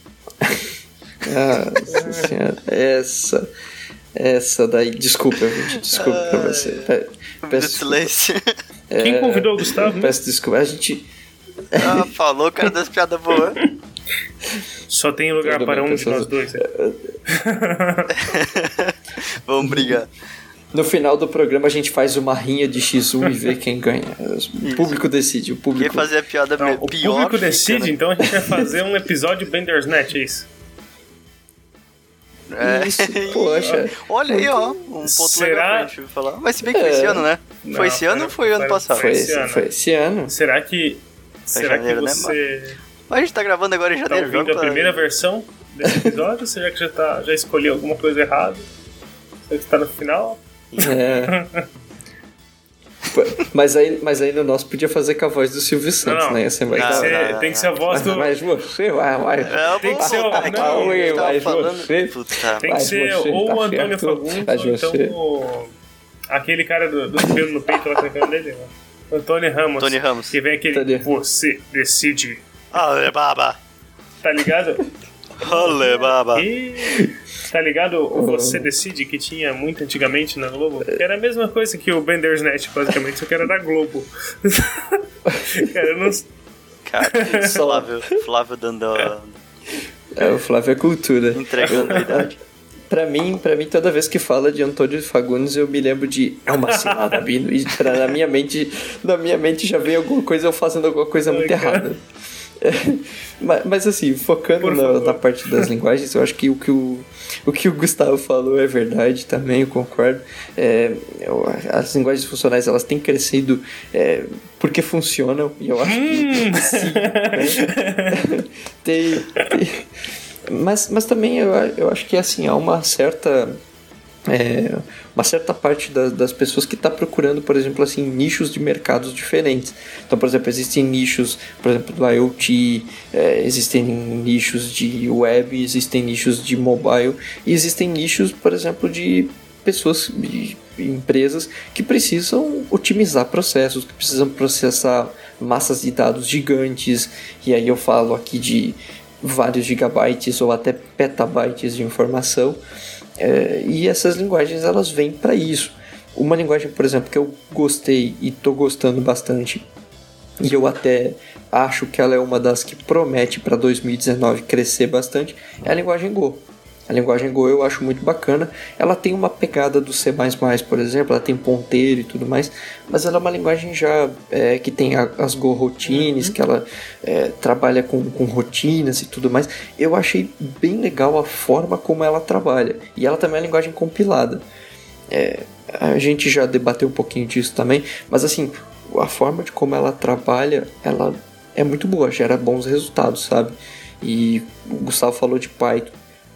Nossa senhora, essa... Essa daí, desculpa, gente, desculpa ah, pra você. Pe- peço silêncio. É, Quem convidou o Gustavo? Peço desculpa, a gente... Ah, falou, cara, das piadas boas. Só tem lugar Tudo para bem, um pessoas... de nós dois. Vamos brigar. No final do programa a gente faz uma rinha de xis um e vê quem ganha. O Isso. público decide. O público... Quem fazer a piada Não, pior... O público fica, decide, né? Então a gente vai fazer um episódio Bandersnatch, é isso? É. Isso, poxa. Olha aí, ó. Um ponto Será... legal pra gente falar. Mas se bem que foi é. esse ano, né? Não, foi esse ano ou foi ano passado? Foi esse ano. Foi esse ano. Será que... Foi Será janeiro, que você... Né, mas a gente tá gravando agora em janeiro. Tá ouvindo a pra... primeira versão desse episódio? Será que já, tá, já escolheu alguma coisa errada? Será que tá no final? É... Mas aí, mas aí no nosso podia fazer com a voz do Silvio Santos, não, não. né? Ia ser mais tem, que ser, tem que ser a voz do... Mas você vai, vai. É, tem que ser o... Não, não, não mas você... Puta, tem que ser ou tá o Antônio Fagundes ou então o... aquele cara do, do pelo no peito lá, que é o dele, né? Antônio Ramos. Antônio Ramos. Que vem aquele... Tony. Você decide. Ale baba. Tá ligado? Ale baba. E... Tá ligado? O Você Decide, que tinha muito antigamente na Globo? Que era a mesma coisa que o Bandersnatch, basicamente, só que era da Globo. Cara, eu não... Cara, Flávio, Flávio dando... É, o Flávio é cultura. Entregando a idade. Pra mim, pra mim, toda vez que fala de Antônio Fagundes, eu me lembro de... É uma cilada, Bino. E pra, na, minha mente, na minha mente já vem alguma coisa, eu fazendo alguma coisa muito Ai, errada. É, mas, mas assim, focando na, na parte das linguagens, eu acho que o que o, o que o Gustavo falou é verdade também, eu concordo. É, eu, as linguagens funcionais, elas têm crescido é, porque funcionam, e eu acho que sim, né? tem, tem, mas, mas também eu, eu acho que assim, há uma certa... É, uma certa parte da, das pessoas que está procurando, por exemplo, assim, nichos de mercados diferentes. Então, por exemplo, existem nichos, por exemplo, do IoT, é, existem nichos de web, existem nichos de mobile, e existem nichos, por exemplo, de pessoas, de empresas que precisam otimizar processos, que precisam processar massas de dados gigantes, e aí eu falo aqui de vários gigabytes ou até petabytes de informação. É, e essas linguagens elas vêm para isso. Uma linguagem, por exemplo, que eu gostei e estou gostando bastante, e eu até acho que ela é uma das que promete para dois mil e dezenove crescer bastante, é a linguagem Go. A linguagem Go eu acho muito bacana. Ela tem uma pegada do C mais mais, por exemplo, ela tem ponteiro e tudo mais, mas ela é uma linguagem já é, que tem a, as Go routines, uhum. que ela é, trabalha com, com rotinas e tudo mais. Eu achei bem legal a forma como ela trabalha. E ela também é uma linguagem compilada. É, a gente já debateu um pouquinho disso também, mas assim, a forma de como ela trabalha, ela é muito boa, gera bons resultados, sabe? E o Gustavo falou de Python.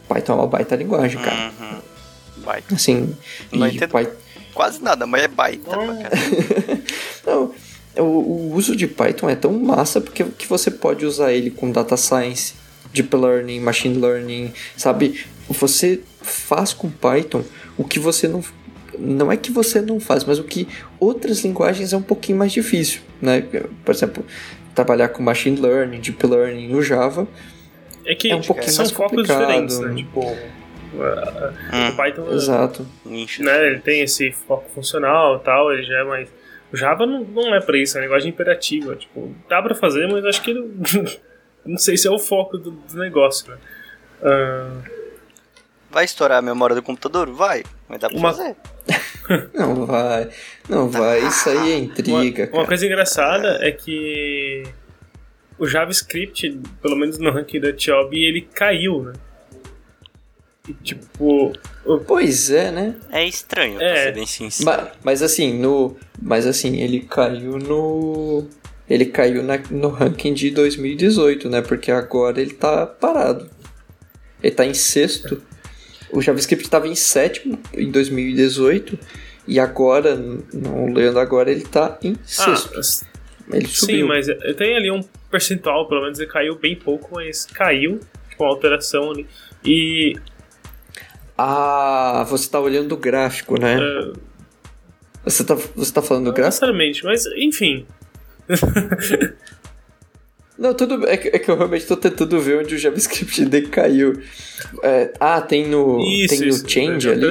Python é uma baita linguagem, cara. Uhum. Baita. Assim, Não e entendo Python... quase nada, mas é baita pra caramba. Não, o, o uso de Python é tão massa porque que você pode usar ele com data science, deep learning, machine learning, sabe? Você faz com Python o que você não... Não é que você não faz, mas o que outras linguagens é um pouquinho mais difícil, né? Por exemplo, trabalhar com machine learning, deep learning no Java é que é um pouquinho são mais focos complicado. diferentes, né? Tipo, hum. o Python, exato. Né, ele tem esse foco funcional e tal, ele já é mais... O Java não, não é pra isso, é uma linguagem imperativa. Tipo, dá pra fazer, mas acho que não, não sei se é o foco do, do negócio, né? Uh... Vai estourar a memória do computador? Vai, mas dá pra uma... fazer. Não vai, não vai, isso aí é intriga, uma, cara. uma coisa engraçada é que o JavaScript, pelo menos no ranking da Tiobi, ele caiu, né? E, tipo... Pois é, né? É estranho, é. pra ser bem sincero. Mas, mas assim, no, mas assim, ele caiu no... Ele caiu na, no ranking de dois mil e dezoito, né? Porque agora ele tá parado. Ele tá em sexto. O JavaScript estava em sétimo em dois mil e dezoito e agora, não lendo agora, ele está em sexto. Ah, ele subiu. Sim, mas tem ali um percentual, pelo menos ele caiu bem pouco, mas caiu com a alteração ali. E... Ah, você está olhando o gráfico, né? Uh... Você está você tá falando do não gráfico? Não necessariamente, mas enfim... Não, tudo é que, é que eu realmente estou tentando ver onde o JavaScript decaiu. É, ah, tem no, isso, tem no isso, Change ali?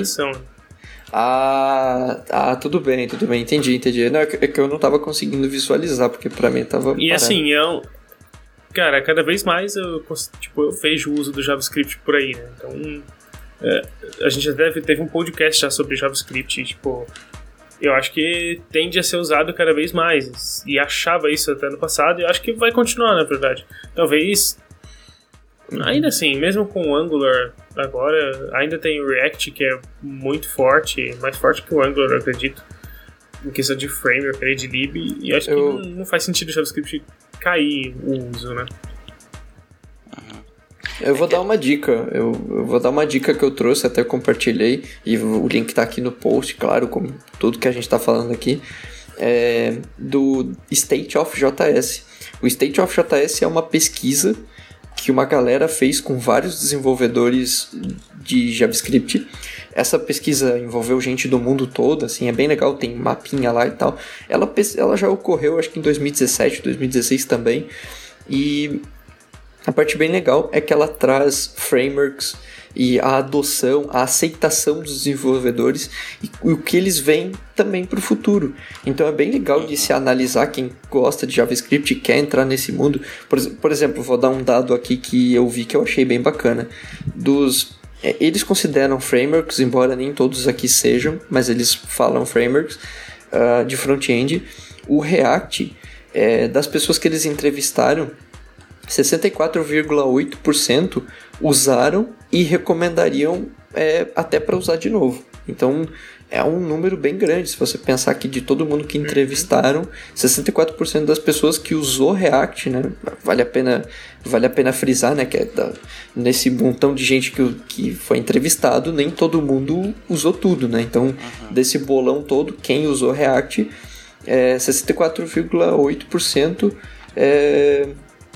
Ah, ah, tudo bem, tudo bem, entendi, entendi. Não, é que, é que eu não estava conseguindo visualizar, porque pra mim estava E parado. Assim, eu... Cara, cada vez mais eu, tipo, eu vejo o uso do JavaScript por aí, né? Então, é, a gente até teve um podcast já sobre JavaScript, tipo... Eu acho que tende a ser usado cada vez mais. E achava isso até no passado, e eu acho que vai continuar, na verdade. Talvez, ainda assim, mesmo com o Angular agora, ainda tem o React, que é muito forte, mais forte que o Angular, eu acredito, em questão de framework, de lib, e eu acho eu... que não, não faz sentido o JavaScript cair o uso, né? Eu vou dar uma dica, eu, eu vou dar uma dica que eu trouxe, até compartilhei, e o link tá aqui no post, claro, como tudo que a gente tá falando aqui, é do State of J S. O State of J S é uma pesquisa que uma galera fez com vários desenvolvedores de JavaScript. Essa pesquisa envolveu gente do mundo todo, assim, é bem legal, tem mapinha lá e tal. Ela, ela já ocorreu, acho que em dois mil e dezessete, dois mil e dezesseis também, e... A parte bem legal é que ela traz frameworks e a adoção, a aceitação dos desenvolvedores e o que eles veem também para o futuro. Então é bem legal de se analisar quem gosta de JavaScript e quer entrar nesse mundo. Por, por exemplo, vou dar um dado aqui que eu vi que eu achei bem bacana. Dos, é, eles consideram frameworks, embora nem todos aqui sejam, mas eles falam frameworks uh, de front-end. O React, é, das pessoas que eles entrevistaram, sessenta e quatro vírgula oito por cento usaram e recomendariam é, até para usar de novo. Então é um número bem grande. Se você pensar que de todo mundo que entrevistaram, sessenta e quatro por cento das pessoas que usou React, né? Vale a pena, vale a pena frisar, né? Que é da, nesse montão de gente que, que foi entrevistado, nem todo mundo usou tudo, né? Então, uhum. desse bolão todo, quem usou React, é, sessenta e quatro vírgula oito por cento é,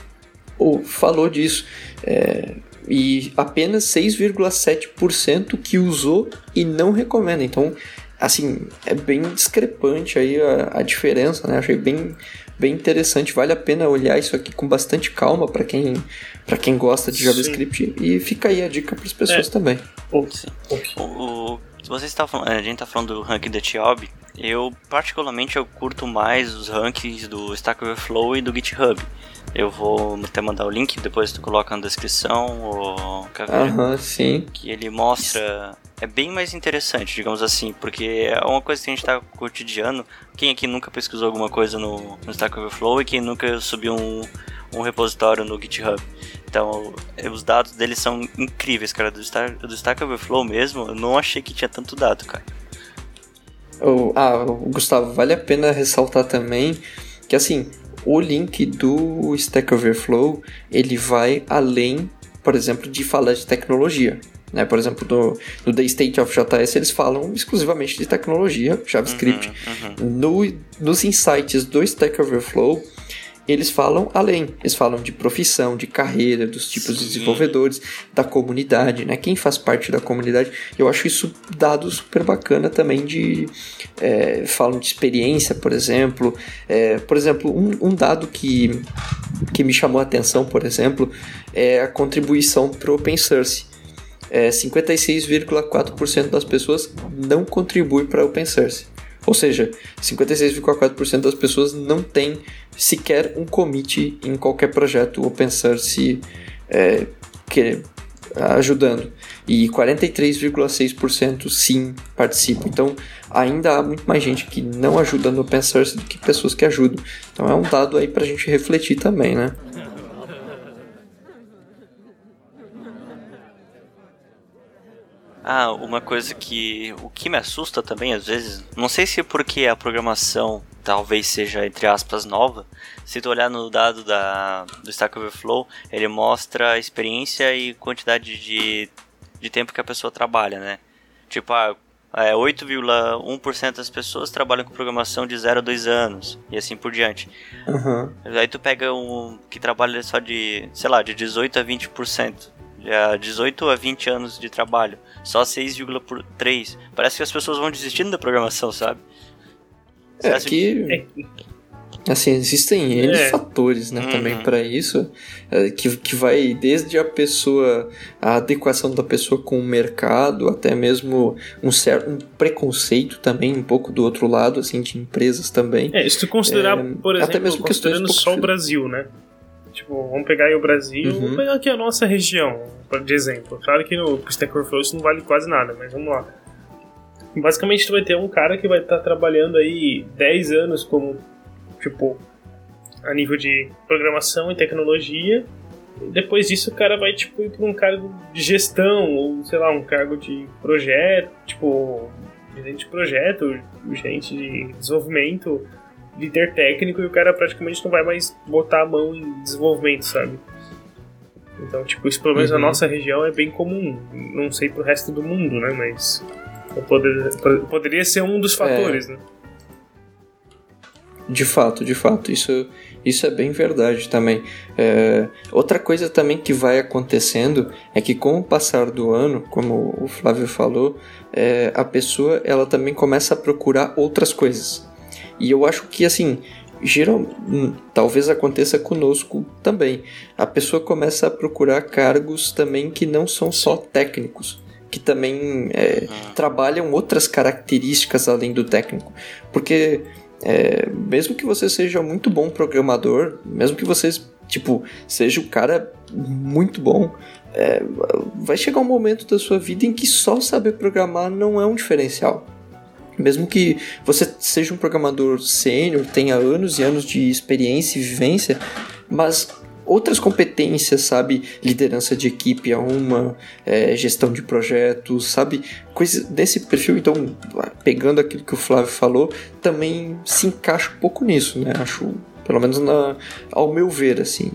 ou falou disso, é, e apenas seis vírgula sete por cento que usou e não recomenda. Então, assim, é bem discrepante aí a, a diferença, né? Achei bem, bem interessante, vale a pena olhar isso aqui com bastante calma para quem, para quem gosta de JavaScript. Sim. E fica aí a dica para as pessoas é. também. Sim. O, o, você está falando, a gente está falando do ranking da Tiobi. Eu, particularmente, eu curto mais os rankings do Stack Overflow e do GitHub. Eu vou até mandar o link, depois tu coloca na descrição, ou Aham, sim. Que ele mostra... É bem mais interessante, digamos assim, porque é uma coisa que a gente tá cotidiano. Quem aqui nunca pesquisou alguma coisa no, no Stack Overflow e quem nunca subiu um, um repositório no GitHub? Então, os dados deles são incríveis, cara. Do Stack, do Stack Overflow mesmo, eu não achei que tinha tanto dado, cara. Oh, ah, Gustavo, vale a pena ressaltar também que, assim, o link do Stack Overflow, ele vai além por exemplo, de falar de tecnologia. Né? Por exemplo, no, no The State of J S eles falam exclusivamente de tecnologia, JavaScript. Uhum, uhum. No, nos insights do Stack Overflow, eles falam além, eles falam de profissão, de carreira, dos tipos Sim. de desenvolvedores, da comunidade, né? Quem faz parte da comunidade. Eu acho isso dado super bacana também de... É, falam de experiência, por exemplo. É, por exemplo, um, um dado que, que me chamou a atenção, por exemplo, é a contribuição para o Open Source. É, cinquenta e seis vírgula quatro por cento das pessoas não contribuem para o Open Source. Ou seja, cinquenta e seis vírgula quatro por cento das pessoas não tem sequer um commit em qualquer projeto open source é, que, ajudando. E quarenta e três vírgula seis por cento sim participam. Então, ainda há muito mais gente que não ajuda no open source do que pessoas que ajudam. Então, é um dado aí pra gente refletir também, né? Ah, uma coisa que... O que me assusta também, às vezes... Não sei se é porque a programação talvez seja, entre aspas, nova. Se tu olhar no dado da, do Stack Overflow, ele mostra a experiência e quantidade de, de tempo que a pessoa trabalha, né? Tipo, ah, é, oito vírgula um por cento das pessoas trabalham com programação de zero a dois anos. E assim por diante. Uhum. Aí tu pega um que trabalha só de, sei lá, de dezoito a vinte por cento. De dezoito a vinte anos de trabalho. Só seis vírgula três por cento. Parece que as pessoas vão desistindo da programação, sabe? É que... Assim, existem N é. fatores, né, uhum. também para isso, é, que, que vai desde a pessoa, a adequação da pessoa com o mercado, até mesmo um certo um preconceito também, um pouco do outro lado, assim, de empresas também. É, se tu considerar, é, por exemplo, até mesmo considerando um só o Brasil, né? Tipo, vamos pegar aí o Brasil, uhum. vamos pegar aqui a nossa região, de exemplo. Claro que no Stack Overflow isso não vale quase nada, mas vamos lá. Basicamente tu vai ter um cara que vai estar tá trabalhando aí dez anos como, tipo, a nível de programação e tecnologia. E depois disso o cara vai, tipo, ir para um cargo de gestão, ou sei lá, um cargo de projeto, tipo, gerente de projeto, gerente de desenvolvimento, líder técnico, e o cara praticamente não vai mais botar a mão em desenvolvimento, sabe? Então, tipo, isso pelo menos uhum. na nossa região é bem comum. Não sei pro resto do mundo, né? Mas poder, poderia ser um dos fatores, é. né? De fato, de fato. Isso, isso é bem verdade também. É, outra coisa também que vai acontecendo é que com o passar do ano, como o Flávio falou, é, a pessoa ela também começa a procurar outras coisas. E eu acho que, assim, geral, talvez aconteça conosco também. A pessoa começa a procurar cargos também que não são só técnicos, que também é, trabalham outras características além do técnico. Porque é, mesmo que você seja muito bom programador, mesmo que você tipo, seja um cara muito bom, é, vai chegar um momento da sua vida em que só saber programar não é um diferencial. Mesmo que você seja um programador sênior, tenha anos e anos de experiência e vivência, mas outras competências, sabe? Liderança de equipe é uma, é, gestão de projetos, sabe? Coisa desse perfil, então, pegando aquilo que o Flávio falou, também se encaixa um pouco nisso, né? Acho, pelo menos na, ao meu ver, assim.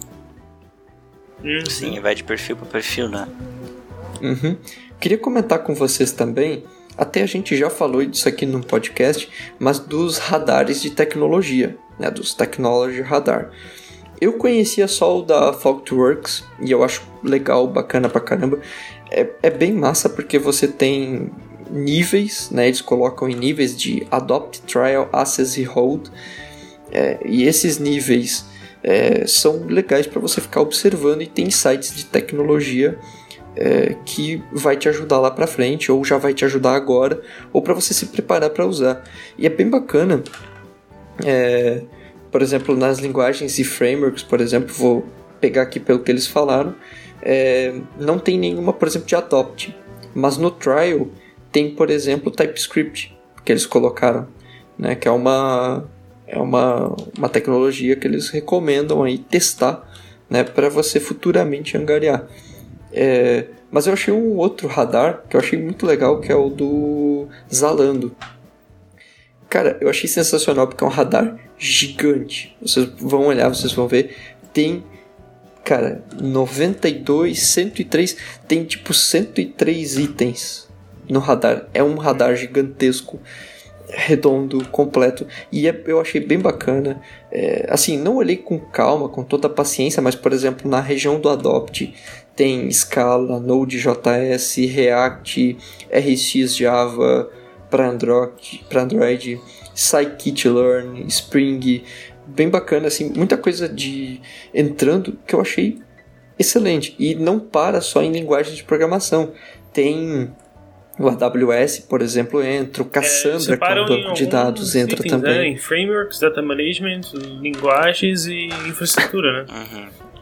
Sim, vai de perfil para perfil, né? Uhum. Queria comentar com vocês também, até a gente já falou disso aqui no podcast, mas dos radares de tecnologia, né, dos Technology Radar. Eu conhecia só o da Thoughtworks e eu acho legal, bacana pra caramba. É, é bem massa porque você tem níveis, né, eles colocam em níveis de Adopt, Trial, Access e Hold. É, e esses níveis é, são legais para você ficar observando e tem sites de tecnologia É, que vai te ajudar lá pra frente, ou já vai te ajudar agora, ou para você se preparar para usar. E é bem bacana, é, por exemplo, nas linguagens e frameworks, por exemplo, vou pegar aqui pelo que eles falaram, é, não tem nenhuma, por exemplo, de Adopt, mas no Trial tem, por exemplo, TypeScript, que eles colocaram, né, que é uma, é uma, uma tecnologia que eles recomendam aí testar, né, para você futuramente angariar. É, mas eu achei um outro radar que eu achei muito legal, que é o do Zalando. Cara, eu achei sensacional porque é um radar gigante. Vocês vão olhar, vocês vão ver. Tem, cara, noventa e dois, cento e três, tem tipo cento e três itens no radar. É um radar gigantesco, redondo, completo, e é, eu achei bem bacana. É, assim, não olhei com calma, com toda a paciência, mas, por exemplo, na região do Adopt tem Scala, Node.js, React, R X Java para Android, para Android, Scikit-learn, Spring, bem bacana, assim, muita coisa de entrando que eu achei excelente, e não para só em linguagens de programação. Tem o A W S, por exemplo, entra, o Cassandra, é, que é um banco de dados, entra itens, também. Né? Em frameworks, data management, linguagens e infraestrutura, né? Uhum.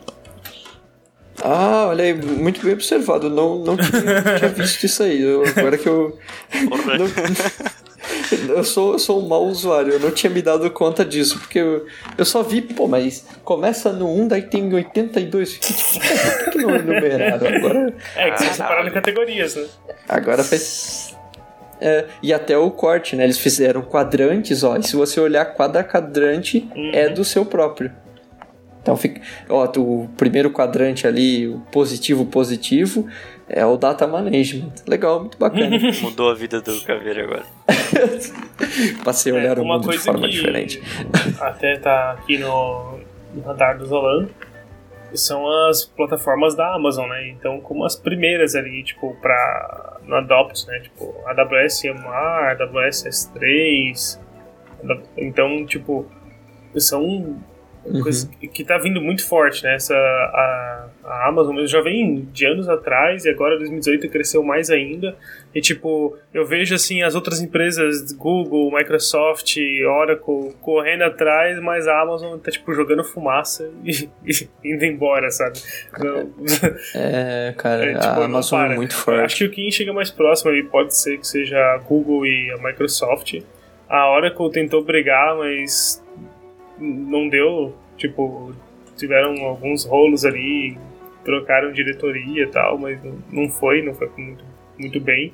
Ah, olha aí, muito bem observado. Não, não tinha, não tinha visto isso aí. Eu, agora que eu... não, eu, sou, eu sou um mau usuário, eu não tinha me dado conta disso, porque eu, eu só vi, pô, mas começa no um, daí tem oitenta e dois. Fiquei tipo, por que não enumeraram? Agora... É, que você separaram em categorias, né? Agora fez... É, e até o corte, né? Eles fizeram quadrantes, ó. E se você olhar cada quadrante, uhum. é do seu próprio. Então fica, ó, o primeiro quadrante ali, o positivo, positivo, é o data management. Legal, muito bacana. Mudou a vida do Caveira agora. Passei a olhar é, o mundo de forma diferente. Até tá aqui no, no radar do Zolan, são as plataformas da Amazon, né? Então, como as primeiras ali, tipo, pra, no Adopt, né? Tipo, A W S M R, A W S S três. Então, tipo, são... Uhum. Coisa que tá vindo muito forte, né? Essa, a, a Amazon já vem de anos atrás e agora dois mil e dezoito cresceu mais ainda. E tipo, eu vejo assim as outras empresas, Google, Microsoft, Oracle, correndo atrás, mas a Amazon tá tipo jogando fumaça e, e indo embora, sabe? Não, é, cara, é, tipo, a Amazon é muito forte. Acho que o quem chega mais próximo aí pode ser que seja a Google e a Microsoft. A Oracle tentou brigar, mas não deu, tipo, tiveram alguns rolos ali, trocaram diretoria e tal, mas não foi, não foi muito, muito bem.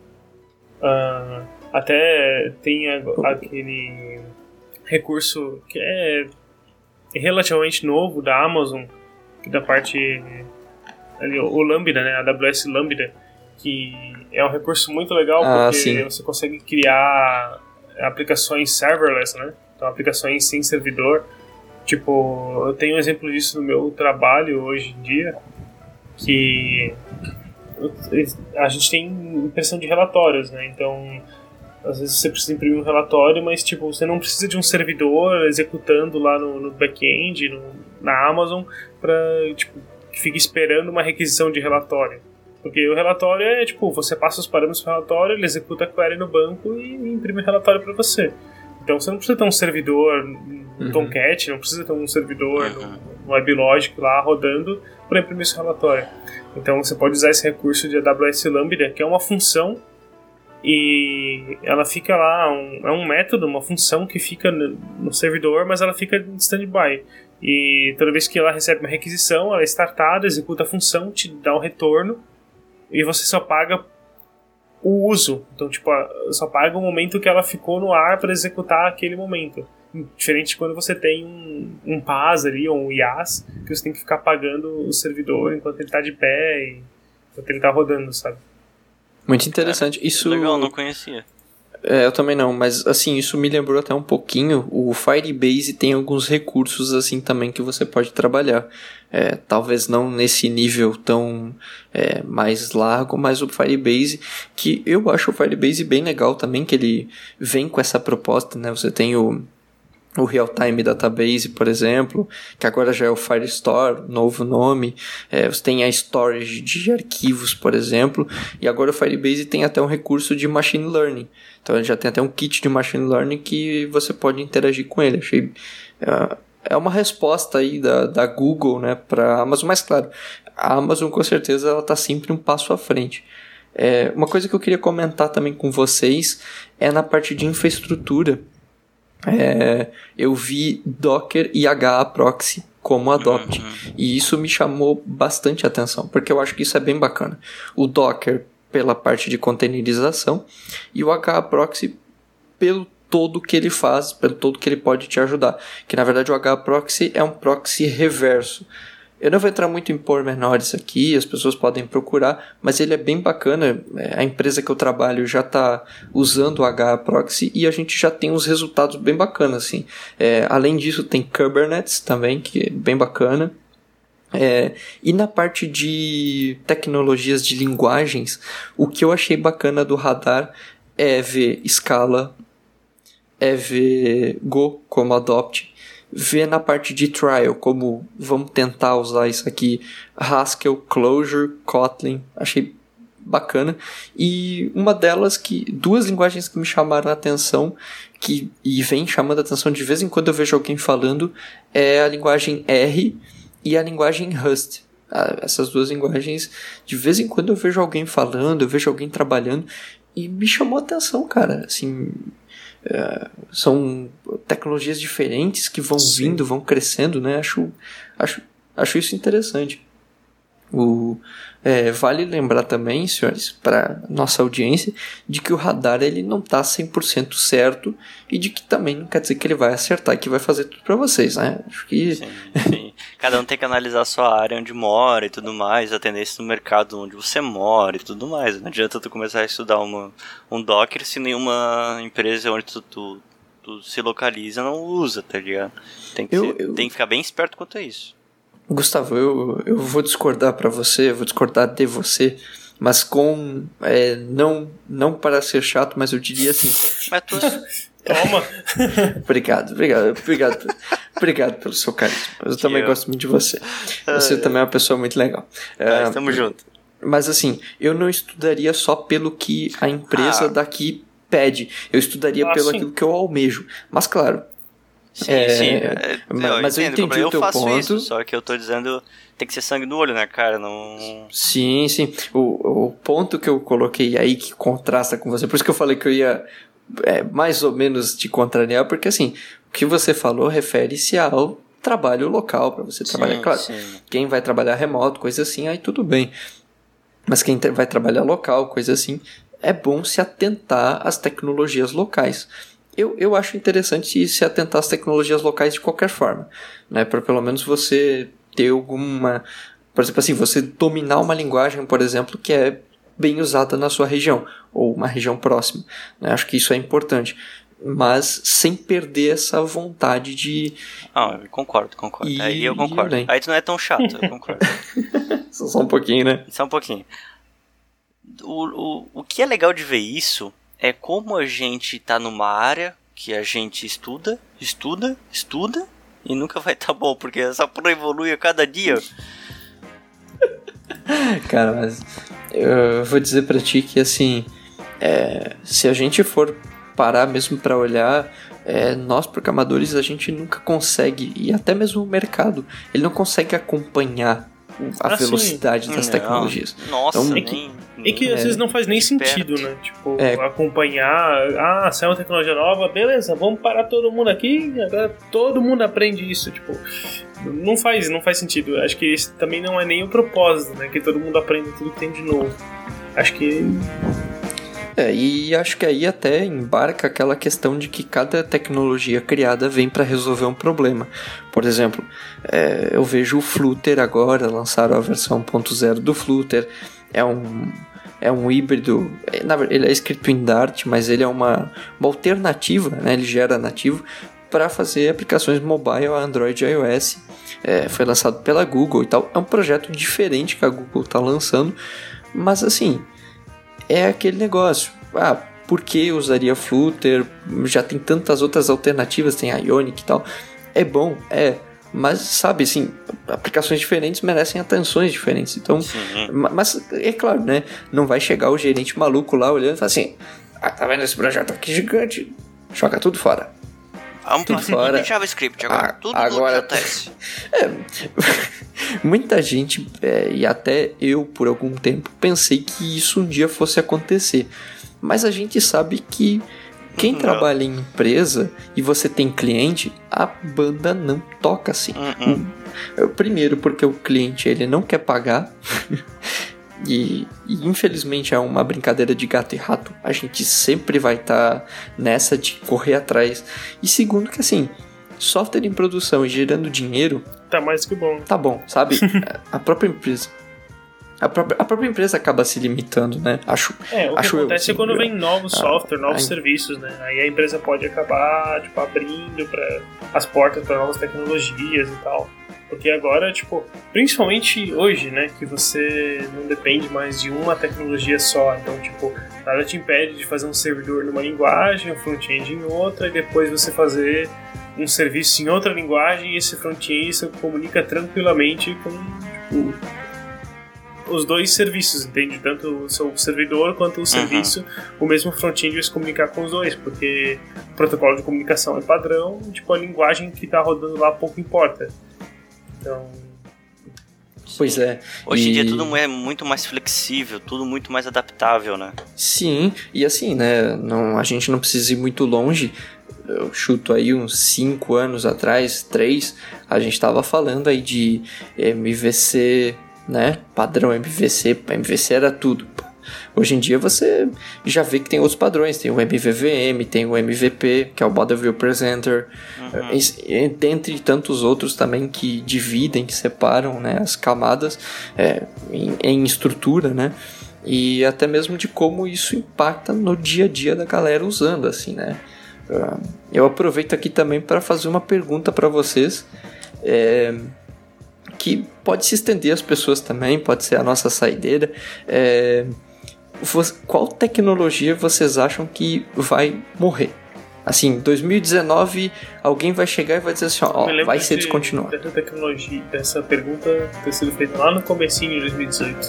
Uh, até tem a, aquele recurso que é relativamente novo da Amazon, que da parte ali, o Lambda, né, a AWS Lambda, que é um recurso muito legal ah, porque sim. você consegue criar aplicações serverless, né? Então, aplicações sem servidor. Tipo, eu tenho um exemplo disso no meu trabalho hoje em dia, que a gente tem impressão de relatórios, né? Então, às vezes você precisa imprimir um relatório, mas tipo, você não precisa de um servidor executando lá no, no back-end, no, na Amazon, para tipo, que fique esperando uma requisição de relatório. Porque o relatório é, tipo, você passa os parâmetros do relatório, ele executa a query no banco e imprime o relatório para você. Então você não precisa ter um servidor no uhum. Tomcat, não precisa ter um servidor uhum. no WebLogic lá rodando para imprimir esse relatório. Então você pode usar esse recurso de A W S Lambda, que é uma função, e ela fica lá, um, é um método, uma função que fica no, no servidor, mas ela fica em standby. E toda vez que ela recebe uma requisição, ela é startada, executa a função, te dá um retorno, e você só paga o uso. Então, tipo, só paga o momento que ela ficou no ar para executar aquele momento. Diferente de quando você tem um, um P A S ali, ou um I A S, que você tem que ficar pagando o servidor enquanto ele tá de pé e enquanto ele tá rodando, sabe? Muito interessante. É, isso... Legal, não conhecia. É, eu também não, mas assim, isso me lembrou até um pouquinho. O Firebase tem alguns recursos assim também que você pode trabalhar. É, talvez não nesse nível tão é, mais largo, mas o Firebase, que eu acho o Firebase bem legal também, que ele vem com essa proposta, né? Você tem o o Real-Time Database, por exemplo, que agora já é o Firestore, novo nome. É, você tem a storage de arquivos, por exemplo, e agora o Firebase tem até um recurso de Machine Learning. Então ele já tem até um kit de Machine Learning que você pode interagir com ele. Achei... É, é uma resposta aí da, da Google, né, para a Amazon, mas claro, a Amazon com certeza ela está sempre um passo à frente. É, uma coisa que eu queria comentar também com vocês é na parte de infraestrutura. É, eu vi Docker e H A Proxy como Adopt, uhum. e isso me chamou bastante atenção, porque eu acho que isso é bem bacana. O Docker pela parte de containerização e o H A Proxy pelo todo que ele faz, pelo todo que ele pode te ajudar, que na verdade o H A Proxy é um proxy reverso. Eu não vou entrar muito em pormenores aqui, as pessoas podem procurar, mas ele é bem bacana. A empresa que eu trabalho já está usando o H A Proxy e a gente já tem uns resultados bem bacanas, assim. É, além disso, tem Kubernetes também, que é bem bacana. É, e na parte de tecnologias de linguagens, o que eu achei bacana do Radar é ver Scala, é ver Go como Adopt, ver na parte de trial, como vamos tentar usar isso aqui, Haskell, Clojure, Kotlin, achei bacana. E uma delas, que duas linguagens que me chamaram a atenção, que, e vem chamando a atenção de vez em quando eu vejo alguém falando, é a linguagem R e a linguagem Rust. Ah, essas duas linguagens, de vez em quando eu vejo alguém falando, eu vejo alguém trabalhando, e me chamou a atenção, cara, assim... Uh, são tecnologias diferentes que vão Sim. vindo, vão crescendo, né? Acho, acho, acho isso interessante. O, é, vale lembrar também, senhores, para nossa audiência, de que o radar ele não está cem por cento certo e de que também não quer dizer que ele vai acertar e que vai fazer tudo para vocês, né? Acho que... Sim, sim. Cada um tem que analisar a sua área onde mora e tudo mais, a tendência do mercado onde você mora e tudo mais. Não adianta tu começar a estudar uma, um Docker se nenhuma empresa onde tu, tu, tu se localiza não usa, tá ligado? Tem que, eu, ser, eu... tem que ficar bem esperto quanto a isso. Gustavo, eu, eu vou discordar para você, eu vou discordar de você, mas com, é, não, não para ser chato, mas eu diria assim... Mas tu... Toma! obrigado, obrigado, obrigado, obrigado pelo seu carisma, eu que também eu... gosto muito de você, você ah, também é uma pessoa muito legal. Ah, estamos uh, juntos. Mas assim, eu não estudaria só pelo que a empresa ah. daqui pede, eu estudaria ah, pelo sim. aquilo que eu almejo, mas claro... Sim, é, sim. É, mas, mas eu, eu entendi eu o teu faço ponto. Isso, só que eu tô dizendo tem que ser sangue no olho, né, cara? Não... Sim, sim. O, o ponto que eu coloquei aí que contrasta com você, por isso que eu falei que eu ia é, mais ou menos te contrariar, porque assim, o que você falou refere-se ao trabalho local, para você trabalhar, sim, claro. Sim. Quem vai trabalhar remoto, coisa assim, aí tudo bem. Mas quem vai trabalhar local, coisa assim, é bom se atentar às tecnologias locais. Eu, eu acho interessante se atentar às tecnologias locais de qualquer forma, né? Para pelo menos você ter alguma... Por exemplo, assim, você dominar uma linguagem, por exemplo, que é bem usada na sua região, ou uma região próxima, né? Acho que isso é importante. Mas sem perder essa vontade de... Ah, eu concordo, concordo. E... Aí eu concordo. Eu Aí tu não é tão chato, eu concordo. Só um pouquinho, né? Só um pouquinho. O, o, o que é legal de ver isso... é como a gente tá numa área que a gente estuda, estuda, estuda e nunca vai tá bom, porque essa porra evolui a cada dia. Cara, mas eu vou dizer pra ti que assim, é, se a gente for parar mesmo pra olhar, é, nós programadores a gente nunca consegue, e até mesmo o mercado, ele não consegue acompanhar a ah, velocidade sim. das tecnologias. Nossa, então, é que, é que às é, vezes não faz nem sentido, perto. né? Tipo, é. acompanhar, ah, saiu uma tecnologia nova, beleza, vamos parar todo mundo aqui, agora todo mundo aprende isso, tipo, não faz, não faz sentido. Acho que esse também não é nem o propósito, né? Que todo mundo aprenda tudo que tem de novo. Acho que... É, e acho que aí até embarca aquela questão de que cada tecnologia criada vem para resolver um problema. Por exemplo, é, eu vejo o Flutter agora, lançaram a versão um ponto zero do Flutter, é um, é um híbrido, ele é escrito em Dart, mas ele é uma, uma alternativa, né, ele gera nativo para fazer aplicações mobile, Android e iOS. É, foi lançado pela Google e tal, é um projeto diferente que a Google está lançando, mas assim... é aquele negócio, ah, por que eu usaria Flutter? Já tem tantas outras alternativas, tem Ionic e tal. É bom, é, mas sabe, assim, aplicações diferentes merecem atenções diferentes. Então, sim. Mas é claro, né? Não vai chegar o gerente maluco lá olhando e falar assim: ah, tá vendo esse projeto aqui gigante? Joga tudo fora. Vamos tudo fora. Tudo JavaScript agora, ah, tudo agora acontece. É, muita gente, é, e até eu por algum tempo, pensei que isso um dia fosse acontecer. Mas a gente sabe que quem não. trabalha em empresa e você tem cliente, a banda não toca assim. Uh-uh. Primeiro porque o cliente ele não quer pagar. E, e infelizmente é uma brincadeira de gato e rato. A gente sempre vai estar tá nessa de correr atrás. E segundo que assim, software em produção e gerando dinheiro, tá mais que bom. Tá bom, sabe? A própria empresa. A própria, a própria empresa acaba se limitando, né? Acho, é, o que acho acontece eu, é quando assim, vem novos a, software, novos a, serviços, né? Aí a empresa pode acabar, tipo, abrindo pra, as portas para novas tecnologias e tal. Porque agora, tipo, principalmente hoje, né? Que você não depende mais de uma tecnologia só. Então, tipo, nada te impede de fazer um servidor numa linguagem, um front-end em outra, e depois você fazer um serviço em outra linguagem e esse front-end se comunica tranquilamente com, tipo, os dois serviços, entende? Tanto o seu servidor quanto o uhum. serviço, o mesmo front-end vai se comunicar com os dois, porque o protocolo de comunicação é padrão, tipo, a linguagem que está rodando lá pouco importa. Então... Pois é. Hoje em e... dia tudo é muito mais flexível, tudo muito mais adaptável, né? Sim, e assim, né, não, a gente não precisa ir muito longe. Eu chuto aí uns cinco anos atrás, três, a gente estava falando aí de M V C, né, padrão M V C, M V C era tudo. Hoje em dia você já vê que tem outros padrões, tem o M V V M, tem o M V P, que é o Model View Presenter, uhum. dentre tantos outros também que dividem, que separam, né, as camadas é, em, em estrutura, né, e até mesmo de como isso impacta no dia a dia da galera usando, assim, né. Eu aproveito aqui também para fazer uma pergunta para vocês, é, que pode se estender às pessoas também, pode ser a nossa saideira. É, qual tecnologia vocês acham que vai morrer? Assim, dois mil e dezenove, alguém vai chegar e vai dizer assim, ó, vai ser descontinuado. Dessa tecnologia, dessa pergunta ter sido feita lá no comecinho de dois mil e dezoito.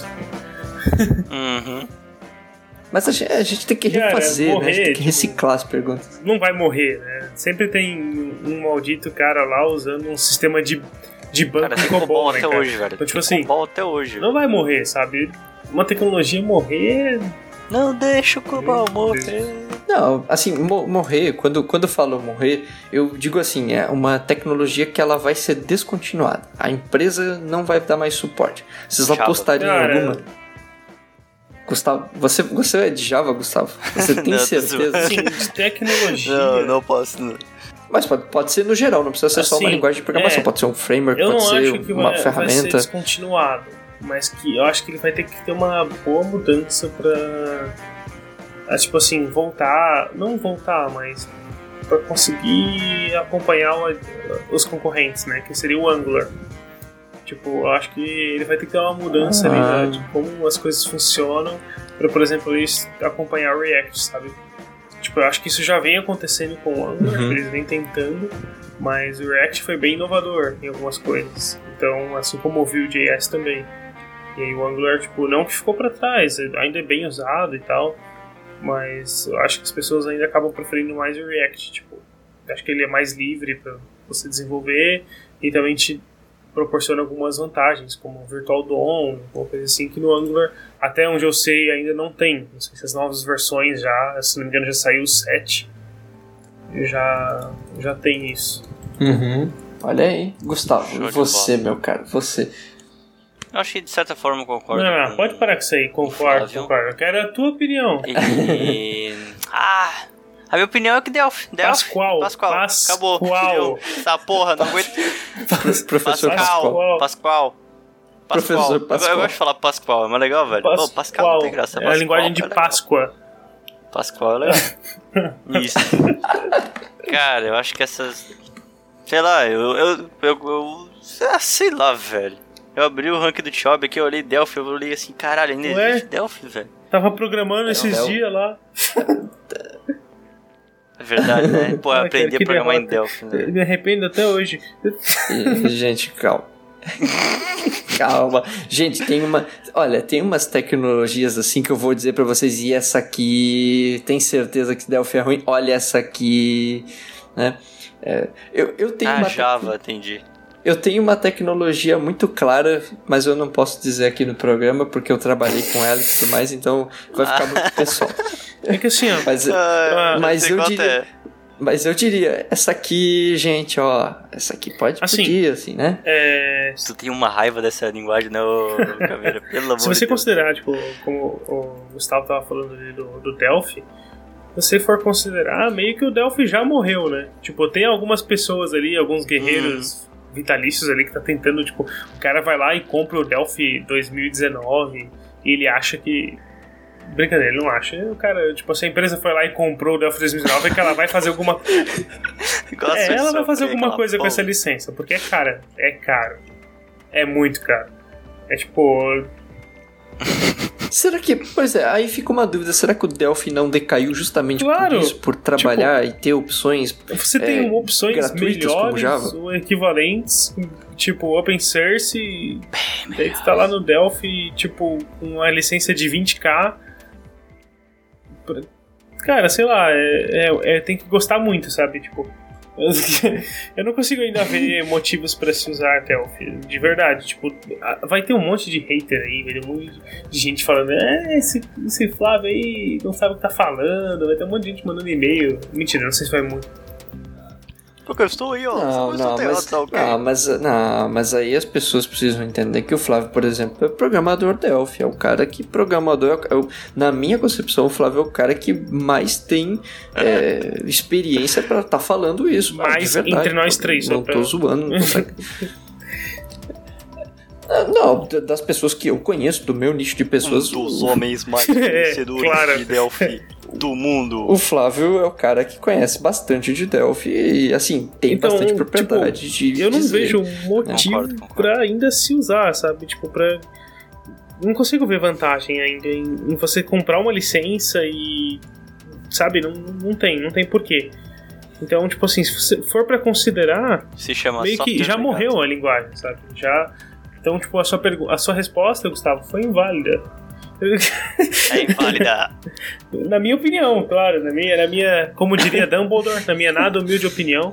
Uhum. Mas a gente, a gente tem que refazer, Cara, morrer, né? A gente tem que reciclar tipo, as perguntas. Não vai morrer, né? Sempre tem um maldito cara lá usando um sistema de, de banco de COBOL, né, até cara? hoje, velho. Então, tipo assim, COBOL até hoje. Não vai morrer, sabe? Uma tecnologia morrer... Não deixa o COBOL morrer. Não, assim, mo- morrer, quando, quando eu falo morrer, eu digo assim, é uma tecnologia que ela vai ser descontinuada. A empresa não vai dar mais suporte. Vocês Java. apostariam em Cara, alguma... Gustavo, você, você é de Java, Gustavo? Você tem não, certeza? Sim, de tecnologia. Não, não posso. Não. Mas pode, pode ser no geral, não precisa ser assim, só uma linguagem de programação. É, pode ser um framework, pode ser uma vai, ferramenta. Eu não acho que vai ser descontinuado, mas que eu acho que ele vai ter que ter uma boa mudança pra, tipo assim, voltar, não voltar, mas pra conseguir acompanhar os concorrentes, né, que seria o Angular. Tipo, eu acho que ele vai ter que ter uma mudança ah. ali, né, de como as coisas funcionam, pra, por exemplo, eles acompanhar o React, sabe? Tipo, eu acho que isso já vem acontecendo com o Angular, uhum. eles vêm tentando, mas o React foi bem inovador em algumas coisas. Então, assim como o Vue.js também. E aí o Angular, tipo, não que ficou pra trás, ainda é bem usado e tal, mas eu acho que as pessoas ainda acabam preferindo mais o React, tipo, eu acho que ele é mais livre pra você desenvolver e também te proporciona algumas vantagens, como o Virtual D O M, uma coisa assim que no Angular, até onde eu sei, ainda não tem. Não sei se as novas versões já, se não me engano, já saiu o sete, já, já tem isso. Uhum. Olha aí, Gustavo, Show você, meu cara, você. Eu acho que de certa forma eu concordo. Não, não, pode parar com isso aí, concordo, concordo. Eu quero a tua opinião. E... ah... A minha opinião é que Delphi. Delphi. Pascoal. Pascoal. Pascoal. Acabou. Essa porra, não aguento. Professor Pascal. Pascoal. Pascoal. Professor Pascoal. Eu, eu gosto de falar Pascoal, é mais legal, velho. Pascoal. Pô, Pascal não tem graça. É Pascoal, a linguagem de é Páscoa. Pascoal é legal. Isso. Cara, eu acho que essas... Sei lá, eu... eu, eu, eu sei lá, velho. Eu abri o rank do Chob aqui, eu olhei Delphi, eu olhei assim, caralho, ainda Ué? existe Delphi, velho. Tava programando esses dias lá. É verdade, né? Pô, eu aprendi a programar derrota. Em Delphi, né? Eu me arrependo até hoje. E, gente, calma. Calma. Gente, tem uma... Olha, tem umas tecnologias assim que eu vou dizer pra vocês. E essa aqui... Tem certeza que Delphi é ruim? Olha essa aqui... Né? É, eu, eu tenho ah, uma Java, tec... entendi. Eu tenho uma tecnologia muito clara, mas eu não posso dizer aqui no programa porque eu trabalhei com ela e tudo mais, então vai ficar muito pessoal. É que assim, ó. Mas, ah, mas eu diria... É. Mas eu diria, essa aqui, gente, ó, essa aqui pode assim, pedir, assim, né? É... Tu tem uma raiva dessa linguagem, né, Caveira? Pelo amor de Deus. Se você considerar, tipo, como o Gustavo tava falando ali do, do Delphi, você for considerar, meio que o Delphi já morreu, né? Tipo, tem algumas pessoas ali, alguns guerreiros hum. vitalícios ali que tá tentando, tipo, o cara vai lá e compra o Delphi dois mil e dezenove e ele acha que... Brincadeira, ele não acha. O cara, tipo, se a empresa foi lá e comprou o Delphi dois mil e dezenove, é que ela vai fazer alguma coisa. É, ela vai fazer alguma coisa com essa licença, porque é cara, é caro. É muito caro. É tipo... Será que, pois é, aí fica uma dúvida, será que o Delphi não decaiu justamente claro, por isso, por trabalhar tipo, e ter opções você tem é, opções melhores ou equivalentes, tipo open source, e daí tu tá lá no Delphi, tipo, com uma licença de vinte k. Cara, sei lá, é, é, é, tem que gostar muito, sabe, tipo... Eu não consigo ainda ver motivos pra se usar Delphi, de verdade. Tipo, vai ter um monte de hater aí, vai ter um monte de gente falando, é, esse, esse Flávio aí não sabe o que tá falando, vai ter um monte de gente mandando e-mail. Mentira, não sei se vai muito. Porque eu estou aí, ó. Não, não, mas, tá okay. não, mas, não, mas aí as pessoas precisam entender que o Flávio, por exemplo, é programador Delphi, é o cara que programador, é o, na minha concepção, o Flávio é o cara que mais tem é, experiência pra estar tá falando isso. Mais verdade, entre nós três. Não tô zoando. Não, tô... não, das pessoas que eu conheço, do meu nicho de pessoas. Um dos homens mais conhecedores é, claro. de Delphi do mundo. O Flávio é o cara que conhece bastante de Delphi e, assim, tem então, bastante propriedade tipo, de eu não dizer. vejo motivo concordo, concordo. pra ainda se usar, sabe? Tipo, pra... Não consigo ver vantagem ainda em, em você comprar uma licença e... Sabe? Não, não tem, não tem porquê. Então, tipo assim, se você for pra considerar... Se chama meio que já morreu a linguagem, sabe? Já... Então, tipo, a sua, pergu... a sua resposta, Gustavo, foi inválida. É inválida. Na minha opinião, claro, na minha, na minha, como diria Dumbledore, na minha nada humilde opinião.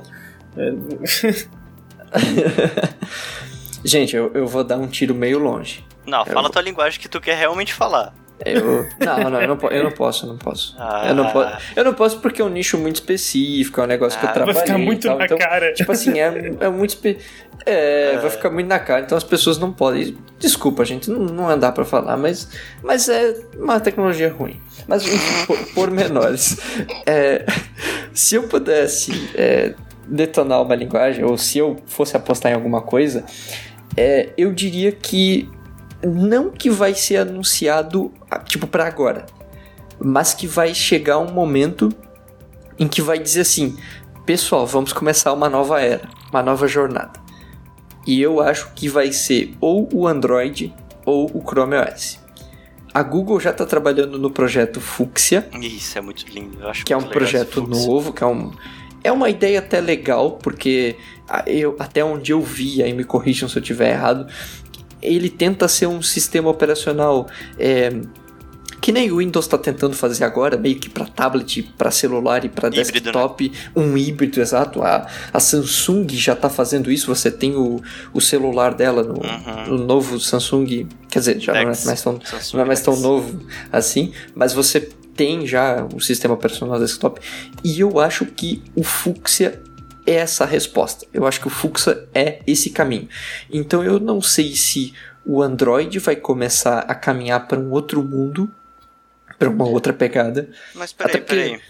Gente, eu, eu vou dar um tiro meio longe. Não, eu fala vou... a tua linguagem que tu quer realmente falar. Eu... Não, não, eu não, eu não posso, eu não posso. Ah. Eu, não po... eu não posso porque é um nicho muito específico, é um negócio ah, que eu trabalhei. Vai ficar muito tal, na então, cara. Tipo assim, é, é muito... Espe... É, é, vai ficar muito na cara, então as pessoas não podem... Desculpa, gente, não, não dá pra falar, mas, mas é uma tecnologia ruim. Mas, por, por menores. É, se eu pudesse é, detonar uma linguagem, ou se eu fosse apostar em alguma coisa, é, eu diria que não que vai ser anunciado, tipo, pra agora, mas que vai chegar um momento em que vai dizer assim, pessoal, vamos começar uma nova era, uma nova jornada. E eu acho que vai ser ou o Android ou o Chrome O S. A Google já está trabalhando no projeto Fuchsia. Isso, é muito lindo. Eu acho que é um projeto novo, que é, um, é uma ideia até legal, porque eu, até onde eu vi, aí me corrijam se eu estiver errado, ele tenta ser um sistema operacional é, que nem o Windows está tentando fazer agora, meio que para tablet, para celular e para desktop, né? Um híbrido, exato. A, a Samsung já está fazendo isso, você tem o, o celular dela no, uhum. no novo Samsung, quer dizer, já não é mais tão, não é mais tão novo assim, mas você tem já um sistema operacional desktop, e eu acho que o Fuchsia é essa resposta. Eu acho que o Fuchsia é esse caminho. Então eu não sei se o Android vai começar a caminhar para um outro mundo, para uma outra pegada. Mas peraí, Até porque... peraí.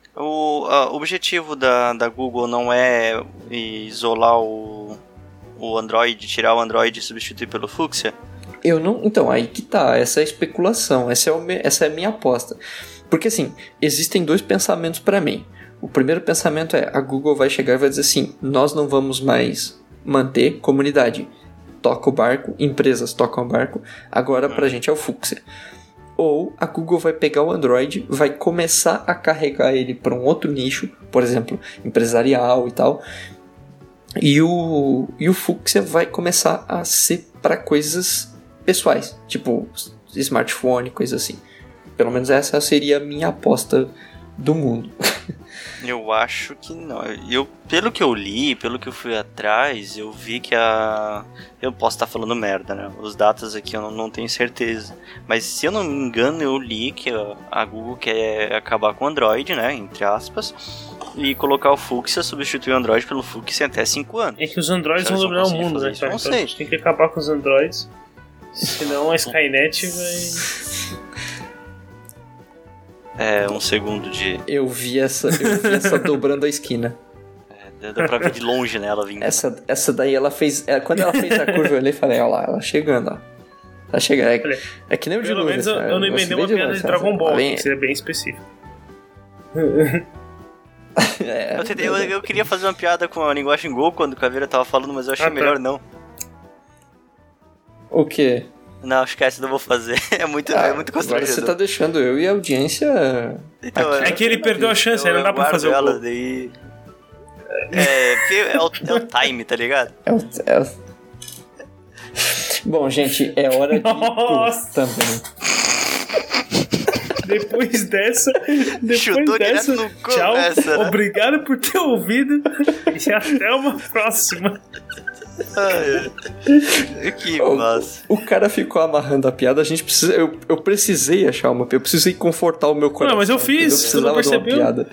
O a, objetivo da, da Google não é isolar o, o Android, tirar o Android e substituir pelo Fuchsia? Eu não... Então, aí que tá. Essa é a especulação. Essa é, o me, essa é a minha aposta. Porque, assim, existem dois pensamentos para mim. O primeiro pensamento é, a Google vai chegar e vai dizer assim, nós não vamos mais manter comunidade. Toca o barco, empresas tocam o barco, agora hum. pra gente é o Fuchsia. Ou a Google vai pegar o Android, vai começar a carregar ele para um outro nicho, por exemplo, empresarial e tal, e o, e o Fuchsia vai começar a ser para coisas pessoais, tipo smartphone, coisa assim. Pelo menos essa seria a minha aposta do mundo. Eu acho que não. Eu, pelo que eu li, pelo que eu fui atrás, eu vi que a... Eu posso estar falando merda, né? Os datas aqui eu não, não tenho certeza. Mas se eu não me engano, eu li que a, a Google quer acabar com o Android, né? Entre aspas. E colocar o Fuchsia, substituir o Android pelo Fuchsia em até cinco anos. É que os Androids vão dominar o mundo, né? Então, não sei. A gente tem que acabar com os Androids. Senão a Skynet vai... É, um segundo de... Eu vi essa, eu vi essa dobrando a esquina. É, dá pra ver de longe, né, ela vindo. Essa, essa daí ela fez... É, quando ela fez a curva, eu olhei e falei, olha lá, ela chegando, ó. Tá chegando. É, é que nem o de Pelo luz, menos eu, né? eu não emendei uma piada de Dragon Ball, bem... que seria bem específico. é, eu, tentei, eu, eu queria fazer uma piada com a linguagem Go quando o Caveira tava falando, mas eu achei ah, tá. melhor não. O quê? Não, esquece, não vou fazer. É muito, ah, é muito constrangedor. Agora você tá deixando eu e a audiência... Então, é, é que ele perdeu a chance, aí não dá pra fazer ela, o gol. Daí... É, é, o, é o time, tá ligado? É o... É o... Bom, gente, é hora de Nossa. também. Depois dessa, depois Chutou dessa, no tchau, essa, né? Obrigado por ter ouvido e até uma próxima. Ai, que oh, massa. O cara ficou amarrando a piada, a gente precisa, eu, eu precisei achar uma piada, eu precisei confortar o meu coração. Não, mas eu fiz, eu precisava você não percebeu? De uma piada.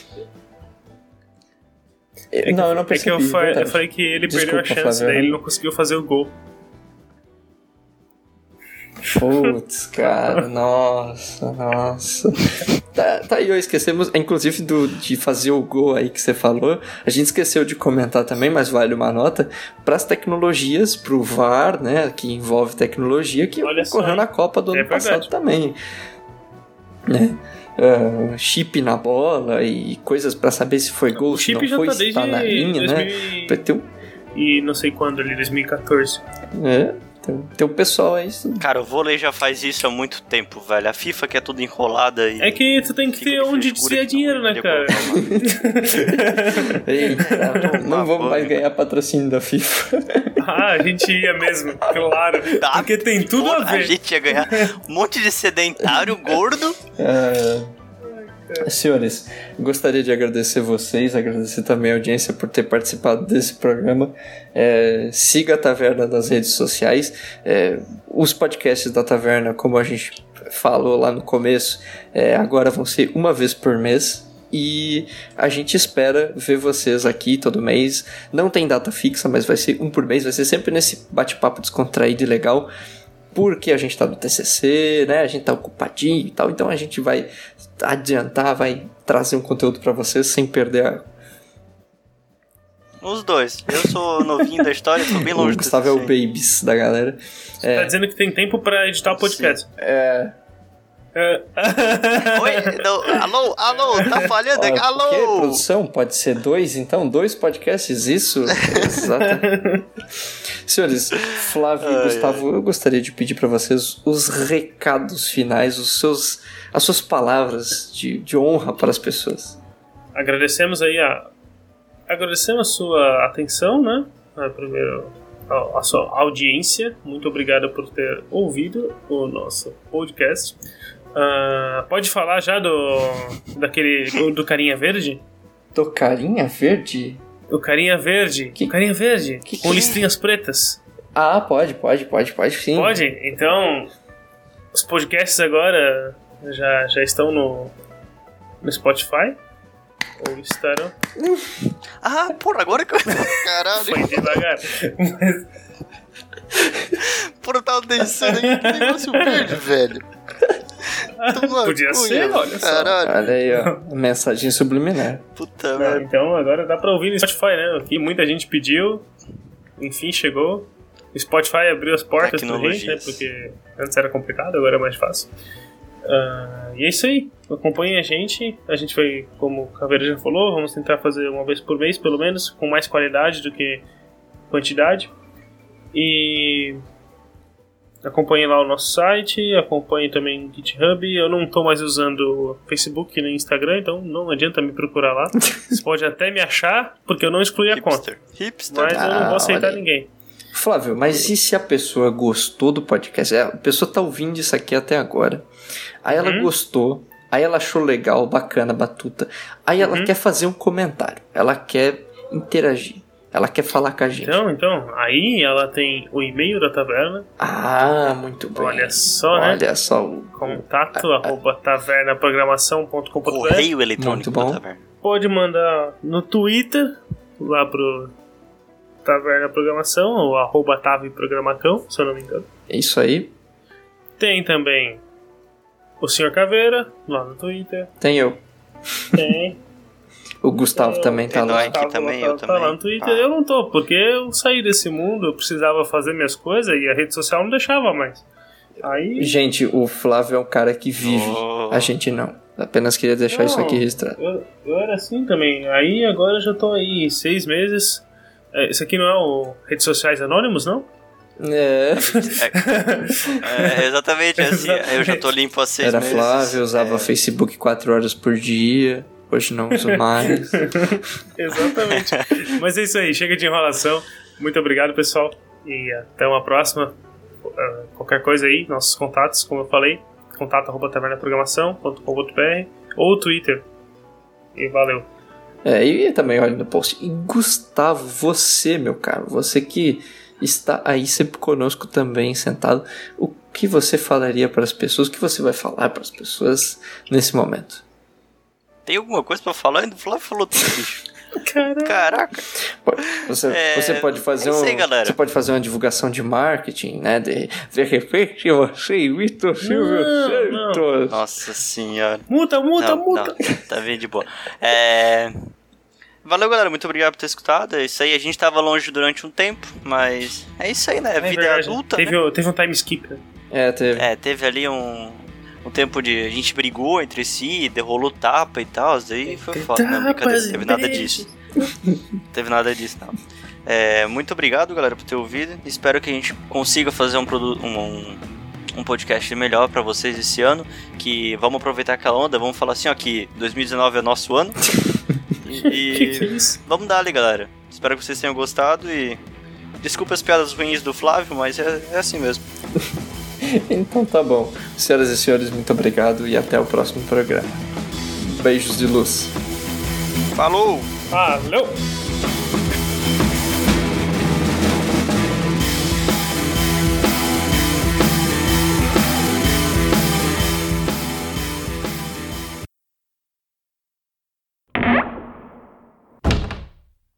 É não, que, eu não percebi. É que eu, fa- eu falei que ele Desculpa, perdeu a chance, Flávio, daí ele não conseguiu fazer o gol. Putz, cara, nossa, nossa. Tá, tá aí, ó, esquecemos, inclusive, do, de fazer o gol aí que você falou. A gente esqueceu de comentar também, mas vale uma nota, para as tecnologias, pro V A R, né, que envolve tecnologia, que Olha ocorreu só, na Copa do é ano verdade. passado também. Né? Uh, chip na bola e coisas para saber se foi gol, o se chip não já foi, tá se desde tá na linha, dois mil né? Pra ter um... E não sei quando ali, dois mil e catorze. É, tem, tem um pessoal aí. Cara, o vôlei já faz isso há muito tempo, velho. A FIFA que é tudo enrolada e... É que tu tem que ter onde desviar dinheiro, né, cara? Eita, não vamos mais ganhar patrocínio da FIFA. Ah, a gente ia mesmo, claro. Tá, porque tem tudo porra, a ver. A gente ia ganhar um monte de sedentário gordo. É... Senhores, gostaria de agradecer vocês, agradecer também a audiência por ter participado desse programa. É, siga a Taverna nas redes sociais. É, os podcasts da Taverna, como a gente falou lá no começo, é, agora vão ser uma vez por mês. E a gente espera ver vocês aqui todo mês. Não tem data fixa, mas vai ser um por mês. Vai ser sempre nesse bate-papo descontraído e legal. Porque a gente tá no T C C, né? A gente tá ocupadinho e tal. Então a gente vai adiantar, vai trazer um conteúdo pra vocês sem perder a... Os dois. Eu sou novinho da história, tô bem longe o Gustavo é o T C C. Babies da galera. Você é... tá dizendo que tem tempo pra editar o podcast. Sim. É... Oi? Não, alô, alô, tá falhando aqui? Alô? Que produção? Pode ser dois, então? Dois podcasts, isso? Exato. Senhores, Flávio ai, e Gustavo, ai. eu gostaria de pedir pra vocês os recados finais, os seus, as suas palavras de, de honra para as pessoas. Agradecemos aí a... Agradecemos a sua atenção, né? Primeiro, a, a sua audiência. Muito obrigado por ter ouvido o nosso podcast. Uh, pode falar já do daquele do carinha verde? Do carinha verde? O carinha verde. Que? O carinha verde que com que listrinhas é? pretas. Ah, pode, pode, pode, pode sim. Pode? Então, os podcasts agora já, já estão no, no Spotify. Ou estarão. Ah, porra, agora que eu... Caralho. Foi devagar. Mas... Porra, eu tava pensando aí que negócio verde, velho. Toma Podia cunha, ser, olha só. Caralho. Olha aí, ó. Mensagem subliminar. Puta merda. Então agora dá pra ouvir no Spotify, né? Aqui muita gente pediu. Enfim, chegou. O Spotify abriu as portas pra gente, né? Porque antes era complicado, agora é mais fácil. Uh, e é isso aí. Acompanhem a gente. A gente vai, como o Caveira já falou, vamos tentar fazer uma vez por mês, pelo menos, com mais qualidade do que quantidade. E... acompanhe lá o nosso site, acompanhe também o GitHub. Eu não estou mais usando o Facebook nem Instagram, então não adianta me procurar lá. Você pode até me achar, porque eu não excluí a Hipster. conta. Hipster. Mas ah, eu não vou aceitar ninguém. Flávio, mas e se a pessoa gostou do podcast? A pessoa tá ouvindo isso aqui até agora. Aí ela uhum. gostou, aí ela achou legal, bacana, batuta. Aí ela uhum. quer fazer um comentário, ela quer interagir. Ela quer falar com a gente. Então, então, aí ela tem o e-mail da taverna. Ah, muito bem. Olha só, né? Olha só. O... Contato, a, arroba tavernaprogramação ponto com ponto br. Correio eletrônico muito bom. da taverna. Pode mandar no Twitter, lá pro Taverna Programação, ou arroba Tave Programacão, se eu não me engano. É isso aí. Tem também o senhor Caveira, lá no Twitter. Tem eu. Tem. O Gustavo eu, também tá lá. Aqui também, eu tá também. lá no Twitter. Ah. Eu não tô, porque eu saí desse mundo, eu precisava fazer minhas coisas e a rede social não deixava mais. Aí... Gente, o Flávio é um cara que vive. Oh. A gente não. Apenas queria deixar não, isso aqui registrado. Eu, eu era assim também. Aí agora eu já tô aí seis meses. É, isso aqui não é o Redes Sociais Anônimos, não? É. é, é exatamente assim. Exatamente. Eu já tô limpo há seis era meses. Era Flávio, usava é. Facebook quatro horas por dia. Hoje não uso mais. Exatamente. Mas é isso aí. Chega de enrolação. Muito obrigado, pessoal. E até uma próxima. Uh, qualquer coisa aí, nossos contatos, como eu falei, contato arroba taverna programação ponto com ponto b r ou Twitter. E valeu. É, e também olha no post. E Gustavo, você, meu caro, você que está aí sempre conosco também sentado, o que você falaria para as pessoas? O que você vai falar para as pessoas nesse momento? Tem alguma coisa para falar? Ainda o Flávio falou tudo, bicho. Caraca. Caraca. Você, é, você pode fazer é aí, um, galera. Você pode fazer uma divulgação de marketing, né? De, de repente você e Vitor Silvio Santos. Nossa senhora. Muta, muta, não, muta. Não, tá bem de boa. É... Valeu, galera. Muito obrigado por ter escutado. É isso aí. A gente tava longe durante um tempo, mas é isso aí, né? A vida é adulta. Teve, né? teve um time skip, né? É, teve. É, teve ali um. Um tempo de... A gente brigou entre si, rolou tapa e tal, daí foi foda. Não, brincadeira, não teve nada disso. Não teve nada disso, não. É, muito obrigado, galera, por ter ouvido. Espero que a gente consiga fazer um, produ- um, um, um podcast melhor pra vocês esse ano. Que vamos aproveitar aquela onda, vamos falar assim, ó, que dois mil e dezenove é nosso ano. E, e que que é isso? Vamos dar ali, galera. Espero que vocês tenham gostado e... Desculpa as piadas ruins do Flávio, mas é, é assim mesmo. Então tá bom. Senhoras e senhores, muito obrigado e até o próximo programa. Beijos de luz. Falou! Falou!